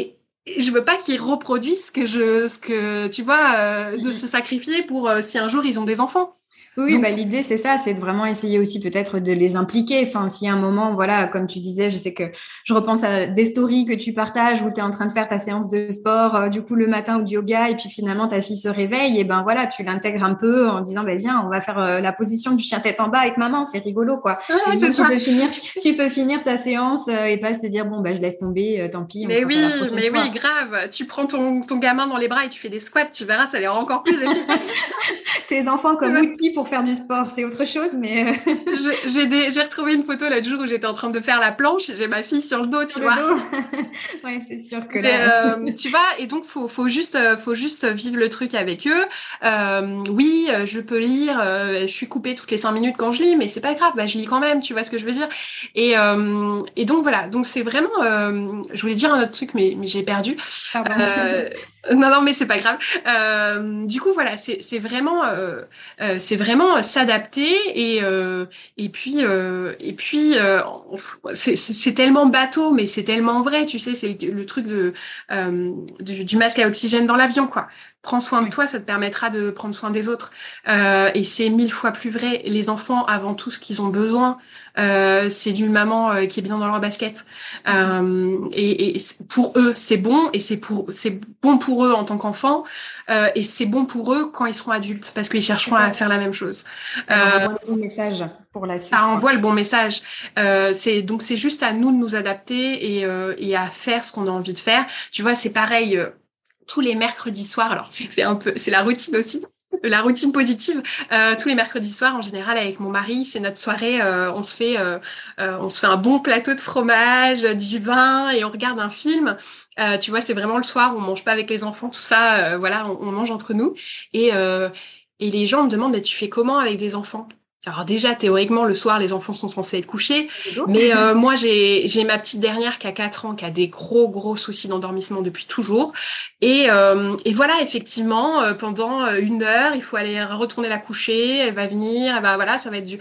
je veux pas qu'ils reproduisent ce que je, ce que tu vois, euh, de se sacrifier pour euh, si un jour ils ont des enfants. Oui, Donc, bah, l'idée, c'est ça, c'est de vraiment essayer aussi peut-être de les impliquer. Enfin, s'il y a un moment, voilà, comme tu disais, je sais que je repense à des stories que tu partages où tu es en train de faire ta séance de sport, euh, du coup, le matin ou du yoga, et puis finalement, ta fille se réveille, et ben voilà, tu l'intègres un peu en disant, ben viens, on va faire euh, la position du chien tête en bas avec maman, c'est rigolo, quoi. ouais, Et c'est donc, tu ça. peux finir, tu peux finir ta séance euh, et pas se dire, bon, ben je laisse tomber, euh, tant pis, on Mais fera ça la oui, prochaine mais oui, fois. grave. Tu prends ton, ton gamin dans les bras et tu fais des squats, tu verras, ça a l'air encore plus efficace. Tes enfants Tu comme vois. outil pour faire du sport, c'est autre chose, mais euh, J'ai j'ai des- j'ai retrouvé une photo l'autre jour où j'étais en train de faire la planche et j'ai ma fille sur le dos, sur tu le vois. dos, ouais, c'est sûr que Mais là. euh, tu vois, et donc faut faut juste euh, faut juste vivre le truc avec eux. Euh, oui, euh, je peux lire, euh, je suis coupée toutes les cinq minutes quand je lis, mais c'est pas grave, bah je lis quand même, tu vois ce que je veux dire. Et euh, et donc voilà, donc c'est vraiment. Euh, je voulais dire un autre truc, mais mais j'ai perdu. Pardon. Euh, non non, mais c'est pas grave. Euh, du coup voilà, c'est c'est vraiment euh, euh, c'est vraiment s'adapter et euh, et puis euh, et puis euh, c'est c'est- c'est tellement bateau, mais c'est tellement vrai, tu sais, c'est le, le truc de euh, du, du masque à oxygène dans l'avion, quoi. Prends soin de Oui. toi, ça te permettra de prendre soin des autres. Euh, et c'est mille fois plus vrai. Les enfants, avant tout, ce qu'ils ont besoin, euh, c'est d'une maman euh, qui est bien dans leur basket. Mhm. Euh, et, et pour eux, c'est bon, et c'est pour c'est bon pour eux en tant qu'enfants, euh, et c'est bon pour eux quand ils seront adultes, parce qu'ils C'est chercheront à ça. faire la même chose. Ça leur Euh, envoie le bon message pour la ça suite, quoi. envoie le bon message. Euh, c'est donc c'est juste à nous de nous adapter et, euh, et à faire ce qu'on a envie de faire. Tu vois, c'est pareil euh, tous les mercredis soirs. Alors c'est c'est un peu c'est la routine aussi. La routine positive, euh, tous les mercredis soirs en général avec mon mari, c'est notre soirée. Euh, on se fait, euh, euh, on se fait un bon plateau de fromage, du vin et on regarde un film. Euh, tu vois, c'est vraiment le soir, on mange pas avec les enfants, tout ça. Euh, voilà, on, on mange entre nous et euh, et les gens me demandent, mais tu fais comment avec des enfants? Alors déjà, théoriquement, le soir, les enfants sont censés être couchés. Rigolo. Mais euh, moi, j'ai j'ai ma petite dernière qui a quatre ans, qui a des gros, gros soucis d'endormissement depuis toujours. Et, euh, et voilà, effectivement, euh, pendant euh, une heure, il faut aller retourner la coucher. Elle va venir, elle va, voilà, ça va être du...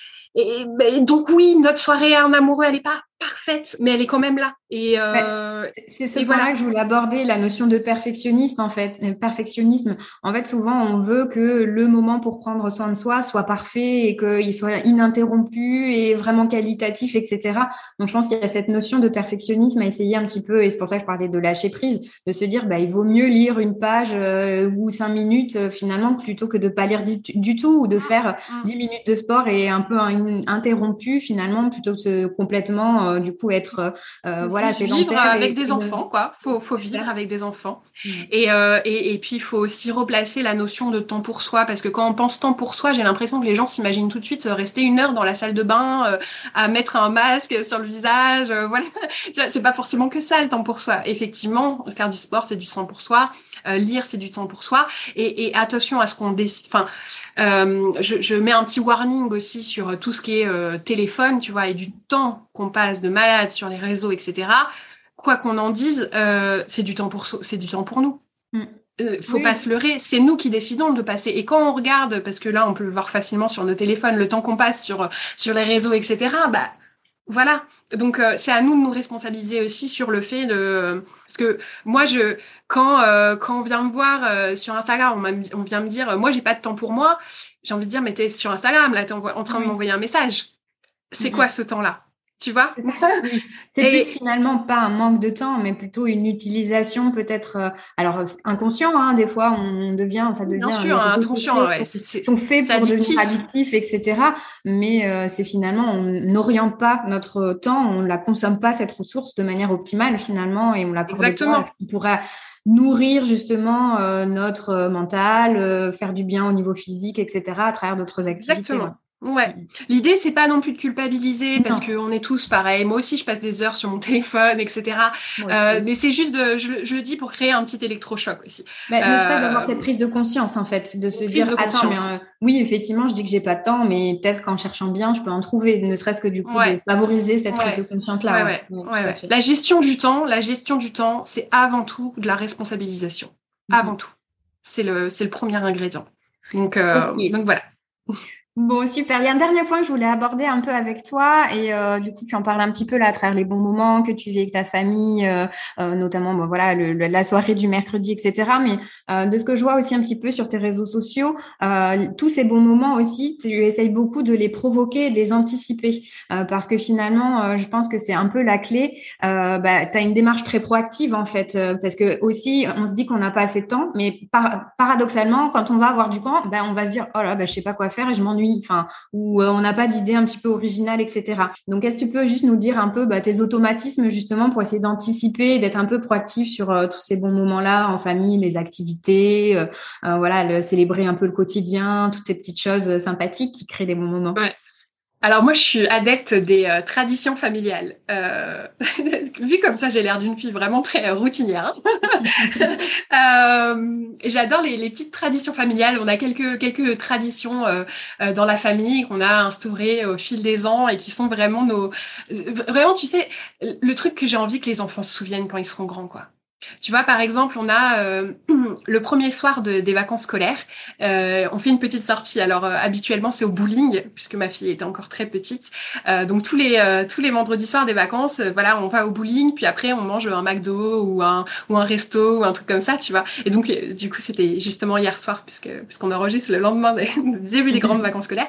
Et, ben, donc oui, notre soirée en amoureux, elle est pas parfaite, mais elle est quand même là. Et, Ouais, euh, c'est c'est ce et voilà. point-là que je voulais aborder, la notion de perfectionniste, en fait. Le perfectionnisme. En fait, souvent, on veut que le moment pour prendre soin de soi soit parfait et qu'il soit ininterrompu et vraiment qualitatif, et cetera. Donc, je pense qu'il y a cette notion de perfectionnisme à essayer un petit peu, et c'est pour ça que je parlais de lâcher prise, de se dire, bah, il vaut mieux lire une page euh, ou cinq minutes, euh, finalement, plutôt que de pas lire du, du tout ou de faire Mm. dix minutes de sport et un peu un- interrompu, finalement, plutôt que de complètement, euh, du coup, être euh, voilà, Juste vivre sédentaire avec et, des et ne- enfants, quoi. Faut, faut c'est vivre ça. avec des enfants. Ouais. Et, euh, et, et puis, il faut aussi replacer la notion de temps pour soi, parce que quand on pense temps pour soi, j'ai l'impression que les gens s'imaginent tout de suite euh, rester une heure dans la salle de bain, euh, à mettre un masque sur le visage, euh, voilà. Tu vois, c'est pas forcément que ça, le temps pour soi. Effectivement, faire du sport, c'est du temps pour soi. Euh, lire, c'est du temps pour soi. Et, et attention à ce qu'on décide. Enfin, euh, je, je mets un petit warning aussi sur tout ce qui est euh, téléphone, tu vois, et du temps qu'on passe de malade sur les réseaux, et cetera. Quoi qu'on en dise, euh, c'est du temps pour so- c'est du temps pour nous. Mm. Euh, faut pas Oui, se leurrer, c'est nous qui décidons de passer. Et quand on regarde, parce que là, on peut le voir facilement sur nos téléphones, le temps qu'on passe sur sur les réseaux, et cetera. Bah voilà. Donc euh, c'est à nous de nous responsabiliser aussi sur le fait de parce que moi je quand euh, quand on vient me voir euh, sur Instagram, on, m'a- on vient me dire euh, moi j'ai pas de temps pour moi. J'ai envie de dire mais t'es sur Instagram là, t'es en, en train de oui. m'envoyer un message. Mm, C'est quoi mm. ce temps-là? Tu vois? C'est ça, oui. C'est plus Et finalement pas un manque de temps, mais plutôt une utilisation peut-être, euh, alors euh, inconscient, hein, des fois on devient, ça bien devient, sûr, les hein, réseaux attention, sociaux ouais, sont, c'est sont faits c'est pour devenir addictif. addictifs, et cetera. Mais euh, c'est finalement, on n'oriente pas notre temps, on ne la consomme pas cette ressource de manière optimale finalement, et on l'accorde pas à ce Exactement. qui pourrait nourrir justement euh, notre euh, mental, euh, faire du bien au niveau physique, et cetera, à travers d'autres activités. Ouais. Exactement. Ouais. Mm. L'idée, c'est pas non plus de culpabiliser parce Non, qu'on est tous pareils. Moi aussi, je passe des heures sur mon téléphone, et cetera. moi Euh, aussi. mais c'est juste de, je, je le dis pour créer un petit électrochoc aussi. Ben, ne serait-ce d'avoir Euh, cette prise de conscience, en fait, de se une prise dire, de attends, mais conscience. euh, oui, effectivement, je dis que j'ai pas de temps, mais peut-être qu'en cherchant bien, je peux en trouver, ne serait-ce que du coup de Ouais. favoriser cette prise de Ouais. conscience-là, Ouais, ouais. ouais. Ouais, Ouais, tout à ouais. fait. La gestion du temps, la gestion du temps, c'est avant tout de la responsabilisation. Avant Mhm. tout. C'est le, c'est le premier ingrédient. Donc, euh, Ok. donc voilà. Bon, super. Il y a un dernier point que je voulais aborder un peu avec toi et euh, du coup, tu en parles un petit peu là à travers les bons moments que tu vis avec ta famille, euh, euh, notamment bon, voilà le, le- la soirée du mercredi, et cetera. Mais euh, de ce que je vois aussi un petit peu sur tes réseaux sociaux, euh, tous ces bons moments aussi, tu essayes beaucoup de les provoquer et de les anticiper euh, parce que finalement, euh, je pense que c'est un peu la clé. Euh, bah, tu as une démarche très proactive en fait euh, parce que aussi, on se dit qu'on n'a pas assez de temps, mais par- paradoxalement, quand on va avoir du temps, bah, on va se dire, oh là, bah, je sais pas quoi faire et je m'ennuie enfin, où euh, on n'a pas d'idée un petit peu originale, et cetera. Donc, est-ce que tu peux juste nous dire un peu bah, tes automatismes justement pour essayer d'anticiper et d'être un peu proactif sur euh, tous ces bons moments-là en famille, les activités, euh, euh, voilà, le, célébrer un peu le quotidien, toutes ces petites choses euh, sympathiques qui créent des bons moments. Ouais. Alors moi, je suis adepte des euh, traditions familiales. Euh, vu comme ça, j'ai l'air d'une fille vraiment très euh, routinière. euh, J'adore les, les petites traditions familiales. On a quelques quelques traditions euh, euh, dans la famille qu'on a instaurées au fil des ans et qui sont vraiment nos vraiment, tu sais, le truc que j'ai envie que les enfants se souviennent quand ils seront grands, quoi. Tu vois, par exemple, on a euh, le premier soir de, des vacances scolaires, euh, on fait une petite sortie. Alors, euh, habituellement, c'est au bowling, puisque ma fille était encore très petite. Euh, donc, tous les, euh, tous les vendredis soirs des vacances, euh, voilà, on va au bowling, puis après, on mange un McDo ou un, ou un resto ou un truc comme ça, tu vois. Et donc, euh, du coup, c'était justement hier soir, puisque, puisqu'on enregistre le lendemain des, du début des grandes vacances scolaires.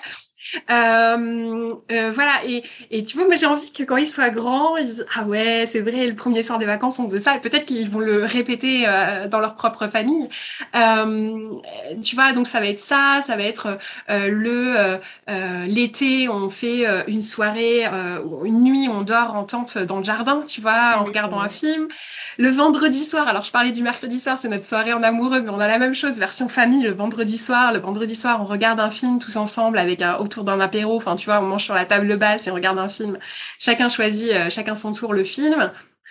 Euh, euh, voilà, et, et tu vois, moi j'ai envie que quand ils soient grands, ils disent ah ouais, c'est vrai, le premier soir des vacances on faisait ça, et peut-être qu'ils vont le répéter euh, dans leur propre famille. Euh, Tu vois, donc ça va être ça, ça va être euh, le euh, euh, l'été, on fait euh, une soirée, euh, une nuit, on dort en tente dans le jardin, tu vois, Ah en oui, c'est regardant un vrai. film. Le vendredi soir, alors je parlais du mercredi soir, c'est notre soirée en amoureux, mais on a la même chose, version famille, le vendredi soir. Le vendredi soir, on regarde un film tous ensemble avec un, autour d'un apéro. Enfin, tu vois, on mange sur la table basse et on regarde un film. Chacun choisit, euh, chacun son tour le film.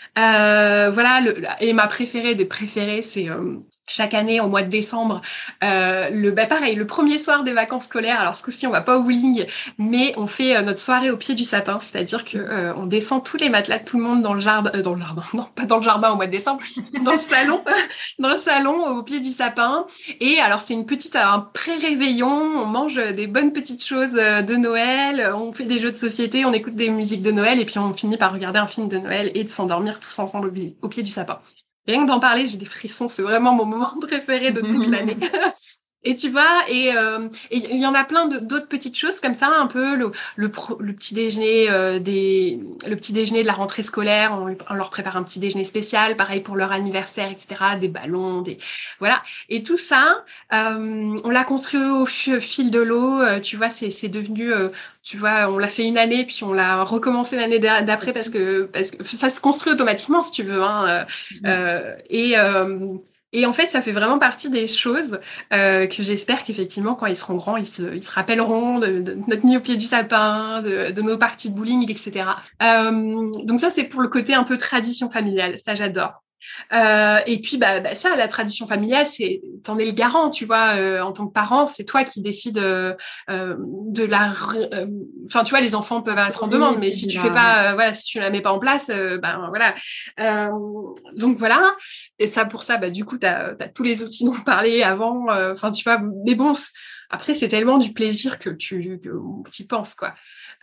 Euh, voilà, le, et ma préférée des préférées, c'est euh, chaque année au mois de décembre, euh, le bah pareil, le premier soir des vacances scolaires. Alors ce coup-ci, on va pas au bowling, mais on fait euh, notre soirée au pied du sapin, c'est-à-dire que euh, on descend tous les matelas de tout le monde dans le jardin, euh, dans le jardin, non, pas dans le jardin au mois de décembre, dans le salon, dans le salon au pied du sapin. Et alors c'est une petite un pré-réveillon, on mange des bonnes petites choses euh, de Noël, on fait des jeux de société, on écoute des musiques de Noël et puis on finit par regarder un film de Noël et de s'endormir tous ensemble au, bi- au pied du sapin. Rien que d'en parler, j'ai des frissons, c'est vraiment mon moment préféré de toute l'année. Et tu vois, et euh, et il y en a plein de- d'autres petites choses comme ça, un peu le, le, pro- le petit déjeuner euh, des le petit déjeuner de la rentrée scolaire, on, on leur prépare un petit déjeuner spécial, pareil pour leur anniversaire, et cetera. Des ballons, des voilà. Et tout ça, euh, on l'a construit au fi- fil de l'eau. euh, tu vois, c'est c'est devenu, euh, tu vois, on l'a fait une année, puis on l'a recommencé l'année d'a- d'après parce que parce que ça se construit automatiquement si tu veux. Hein, euh, euh, et euh, et en fait, ça fait vraiment partie des choses euh, que j'espère qu'effectivement, quand ils seront grands, ils se, ils se rappelleront de, de notre nuit au pied du sapin, de, de nos parties de bowling, et cetera. Euh, donc ça, c'est pour le côté un peu tradition familiale. Ça, j'adore. Euh, et puis, bah, bah, ça, la tradition familiale, c'est, t'en es le garant, tu vois, euh, en tant que parent, c'est toi qui décides euh, euh, de la, euh, enfin, tu vois, les enfants peuvent être en Instaurer demande, et mais puis si de tu fais la... ouais. pas, euh, voilà, si tu la mets pas en place, euh, ben voilà. Euh, donc voilà. Et ça, pour ça, bah, du coup, t'as, t'as tous les outils dont on parlait avant, euh, enfin, tu vois, mais bon, c- après, c'est tellement du plaisir que tu, que y penses, quoi.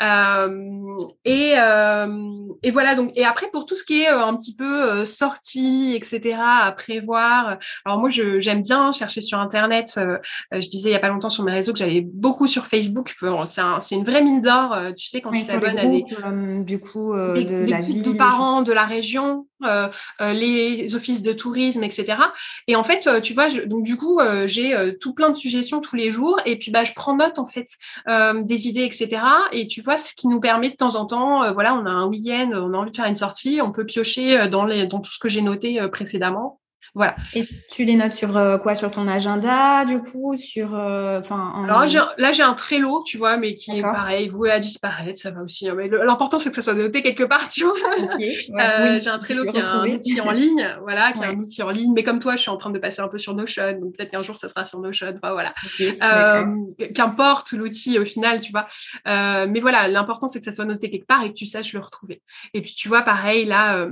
Euh, et, euh, et voilà donc et après pour tout ce qui est euh, un petit peu euh, sortie et cetera à prévoir. Alors moi je j'aime bien chercher sur internet. Euh, je disais il y a pas longtemps sur mes réseaux que j'allais beaucoup sur Facebook. Bon, c'est un, c'est une vraie mine d'or. Euh, tu sais quand tu Oui, sur les t'abonnes à des groupes euh, du coup euh, des, de des la groupes de ville, les choses. parents de la région, euh, euh, les offices de tourisme, et cetera. Et en fait, euh, tu vois, je, donc du coup, euh, j'ai euh, tout plein de suggestions tous les jours, et puis bah, je prends note en fait euh, des idées, et cetera. Et tu vois, ce qui nous permet de temps en temps, euh, voilà, on a un week-end, on a envie de faire une sortie, on peut piocher euh, dans les, dans tout ce que j'ai noté euh, précédemment. Voilà. Et tu les notes sur euh, quoi? Sur ton agenda, du coup, sur, euh, enfin, Alors là, j'ai, en... un- là, j'ai un Trello, tu vois, mais qui est D'accord. pareil, voué à disparaître, ça va aussi. Hein. Mais le- l'important, c'est que ça soit noté quelque part, tu vois. Ok. Ouais. Euh, Oui. j'ai un Tu puisses Trello le qui est un retrouver. outil en ligne, voilà, qui est un Ouais. outil en ligne. Mais comme toi, je suis en train de passer un peu sur Notion, donc peut-être qu'un jour, ça sera sur Notion. Enfin, voilà. Ok. D'accord. Euh, qu'importe l'outil au final, tu vois. Euh, mais voilà, l'important, c'est que ça soit noté quelque part et que tu saches le retrouver. Et puis, tu vois, pareil, là. Euh,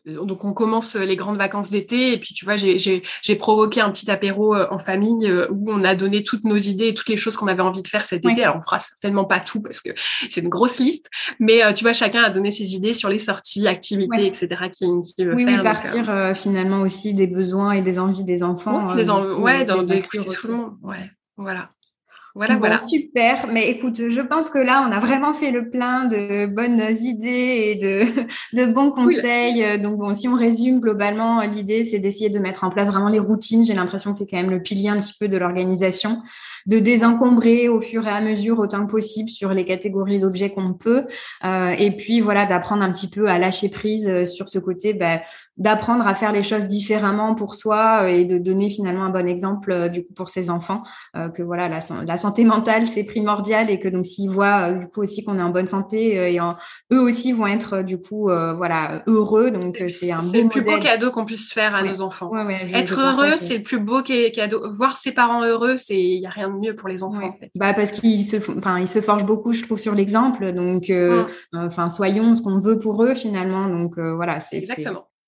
donc on commence les grandes vacances d'été et puis tu vois, j'ai, j'ai, j'ai provoqué un petit apéro en famille où on a donné toutes nos idées et toutes les choses qu'on avait envie de faire cet ouais. été. Alors on fera certainement pas tout parce que c'est une grosse liste, mais tu vois, chacun a donné ses idées sur les sorties, activités, ouais. et cetera qui, qui veut oui, faire. Oui, partir donc, euh... finalement aussi des besoins et des envies des enfants. Ouais, des en... euh, ouais dans d'écouter tout le monde. Ouais, voilà. Voilà, bon, voilà. Super. Mais écoute, je pense que là, on a vraiment fait le plein de bonnes idées et de, de bons conseils. Cool. Donc, bon, si on résume globalement, l'idée, c'est d'essayer de mettre en place vraiment les routines. J'ai l'impression que c'est quand même le pilier un petit peu de l'organisation, de désencombrer au fur et à mesure autant que possible sur les catégories d'objets qu'on peut. Euh, et puis, voilà, d'apprendre un petit peu à lâcher prise sur ce côté, bah, d'apprendre à faire les choses différemment pour soi et de donner finalement un bon exemple euh, du coup pour ses enfants, euh, que voilà, la, la santé mentale, c'est primordial et que donc s'ils voient euh, du coup aussi qu'on est en bonne santé euh, et en, eux aussi vont être euh, du coup euh, voilà heureux. Donc euh, c'est un c'est beau le plus modèle. beau cadeau qu'on puisse faire à ouais. nos enfants. Ouais, ouais, je, être je heureux, partage. c'est le plus beau cadeau. Voir ses parents heureux, c'est il y a rien de mieux pour les enfants. Ouais. En fait. Bah parce qu'ils se, enfin ils se forgent beaucoup, je trouve, sur l'exemple. Donc, euh, enfin, mmh. euh, soyons ce qu'on veut pour eux finalement. Donc euh, voilà, c'est exactement. C'est...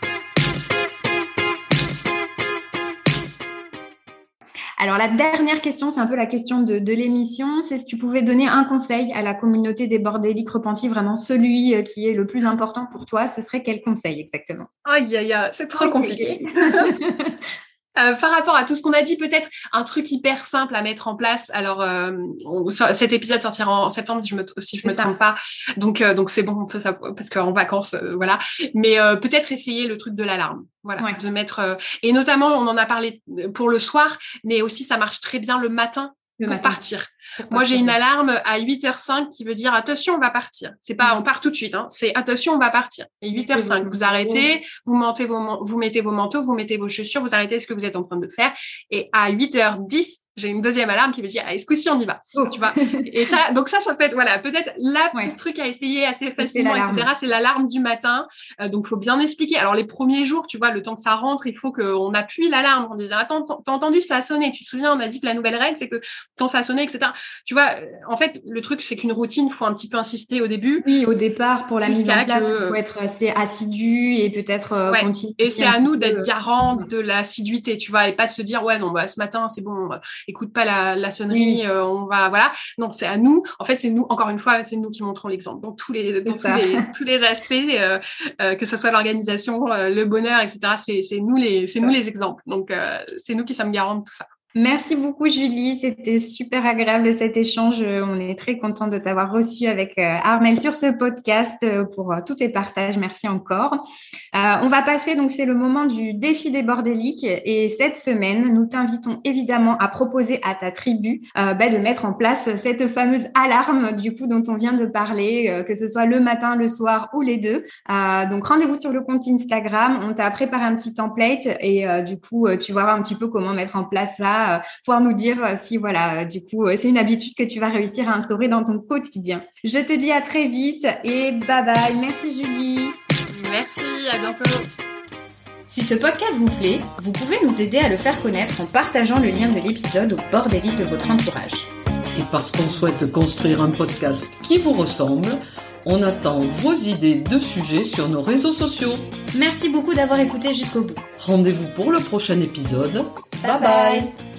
Alors, la dernière question, c'est un peu la question de, de l'émission. C'est si tu pouvais donner un conseil à la communauté des bordéliques repentis, vraiment celui qui est le plus important pour toi, ce serait quel conseil exactement? Aïe, aïe, aïe, c'est trop compliqué. Euh, par rapport à tout ce qu'on a dit, peut-être un truc hyper simple à mettre en place. Alors, euh, on, cet épisode sortira en septembre, si je me, si je me trompe pas. Donc, euh, donc c'est bon, on fait ça parce qu'en vacances, euh, voilà. Mais euh, peut-être essayer le truc de l'alarme. Voilà, ouais. de mettre. Euh, et notamment, on en a parlé pour le soir, mais aussi ça marche très bien le matin. Le pour matin. Partir. Pour Moi, partir, j'ai une ouais. alarme à huit heures cinq qui veut dire attention, on va partir. C'est pas mmh. on part tout de suite, hein. C'est attention, on va partir. Et huit heures cinq, vous arrêtez, vous mettez vos, vous mettez vos manteaux, vous mettez vos chaussures, vous arrêtez ce que vous êtes en train de faire. Et à huit heures dix, j'ai une deuxième alarme qui veut dire ah, ce coup-ci, on y va. Oh. Tu vois. Et ça, donc ça, ça peut être voilà, peut-être la ouais. petite truc à essayer assez facilement, et cetera. C'est l'alarme du matin. Euh, donc, faut bien expliquer. Alors, les premiers jours, tu vois, le temps que ça rentre, il faut qu'on appuie l'alarme en disant attends, t'as entendu, ça a sonné. Tu te souviens, on a dit que la nouvelle règle, c'est que quand ça a sonné, et cetera. Tu vois, en fait, le truc, c'est qu'une routine, il faut un petit peu insister au début. Oui, au départ, pour la mise en place, il faut être assez assidu et peut-être euh, ouais. continuer. Et c'est à nous peu... d'être garant ouais. de l'assiduité, tu vois, et pas de se dire ouais, non, bah, ce matin, c'est bon, écoute pas la, la sonnerie, oui. euh, on va, voilà. Non, c'est à nous. En fait, c'est nous, encore une fois, c'est nous qui montrons l'exemple dans tous les, dans tous les, tous les aspects, euh, euh, que ce soit l'organisation, euh, le bonheur, et cetera. C'est, c'est nous les, c'est ouais. nous les exemples. Donc, euh, c'est nous qui sommes garants de tout ça. Merci beaucoup Julie, c'était super agréable cet échange. On est très content de t'avoir reçu avec Armelle sur ce podcast pour tous tes partages. Merci encore. Euh, on va passer, donc c'est le moment du défi des bordéliques et cette semaine, nous t'invitons évidemment à proposer à ta tribu euh, bah, de mettre en place cette fameuse alarme du coup dont on vient de parler, euh, que ce soit le matin, le soir ou les deux. Euh, donc rendez-vous sur le compte Instagram, on t'a préparé un petit template et euh, du coup tu verras un petit peu comment mettre en place ça. Euh, pouvoir nous dire euh, si voilà, euh, du coup, euh, c'est une habitude que tu vas réussir à instaurer dans ton quotidien. Je te dis à très vite et bye bye. Merci Julie. Merci, à bientôt. Si ce podcast vous plaît, vous pouvez nous aider à le faire connaître en partageant le lien de l'épisode au bordélique de votre entourage. Et parce qu'on souhaite construire un podcast qui vous ressemble, on attend vos idées de sujets sur nos réseaux sociaux. Merci beaucoup d'avoir écouté jusqu'au bout. Rendez-vous pour le prochain épisode. Bye bye, bye.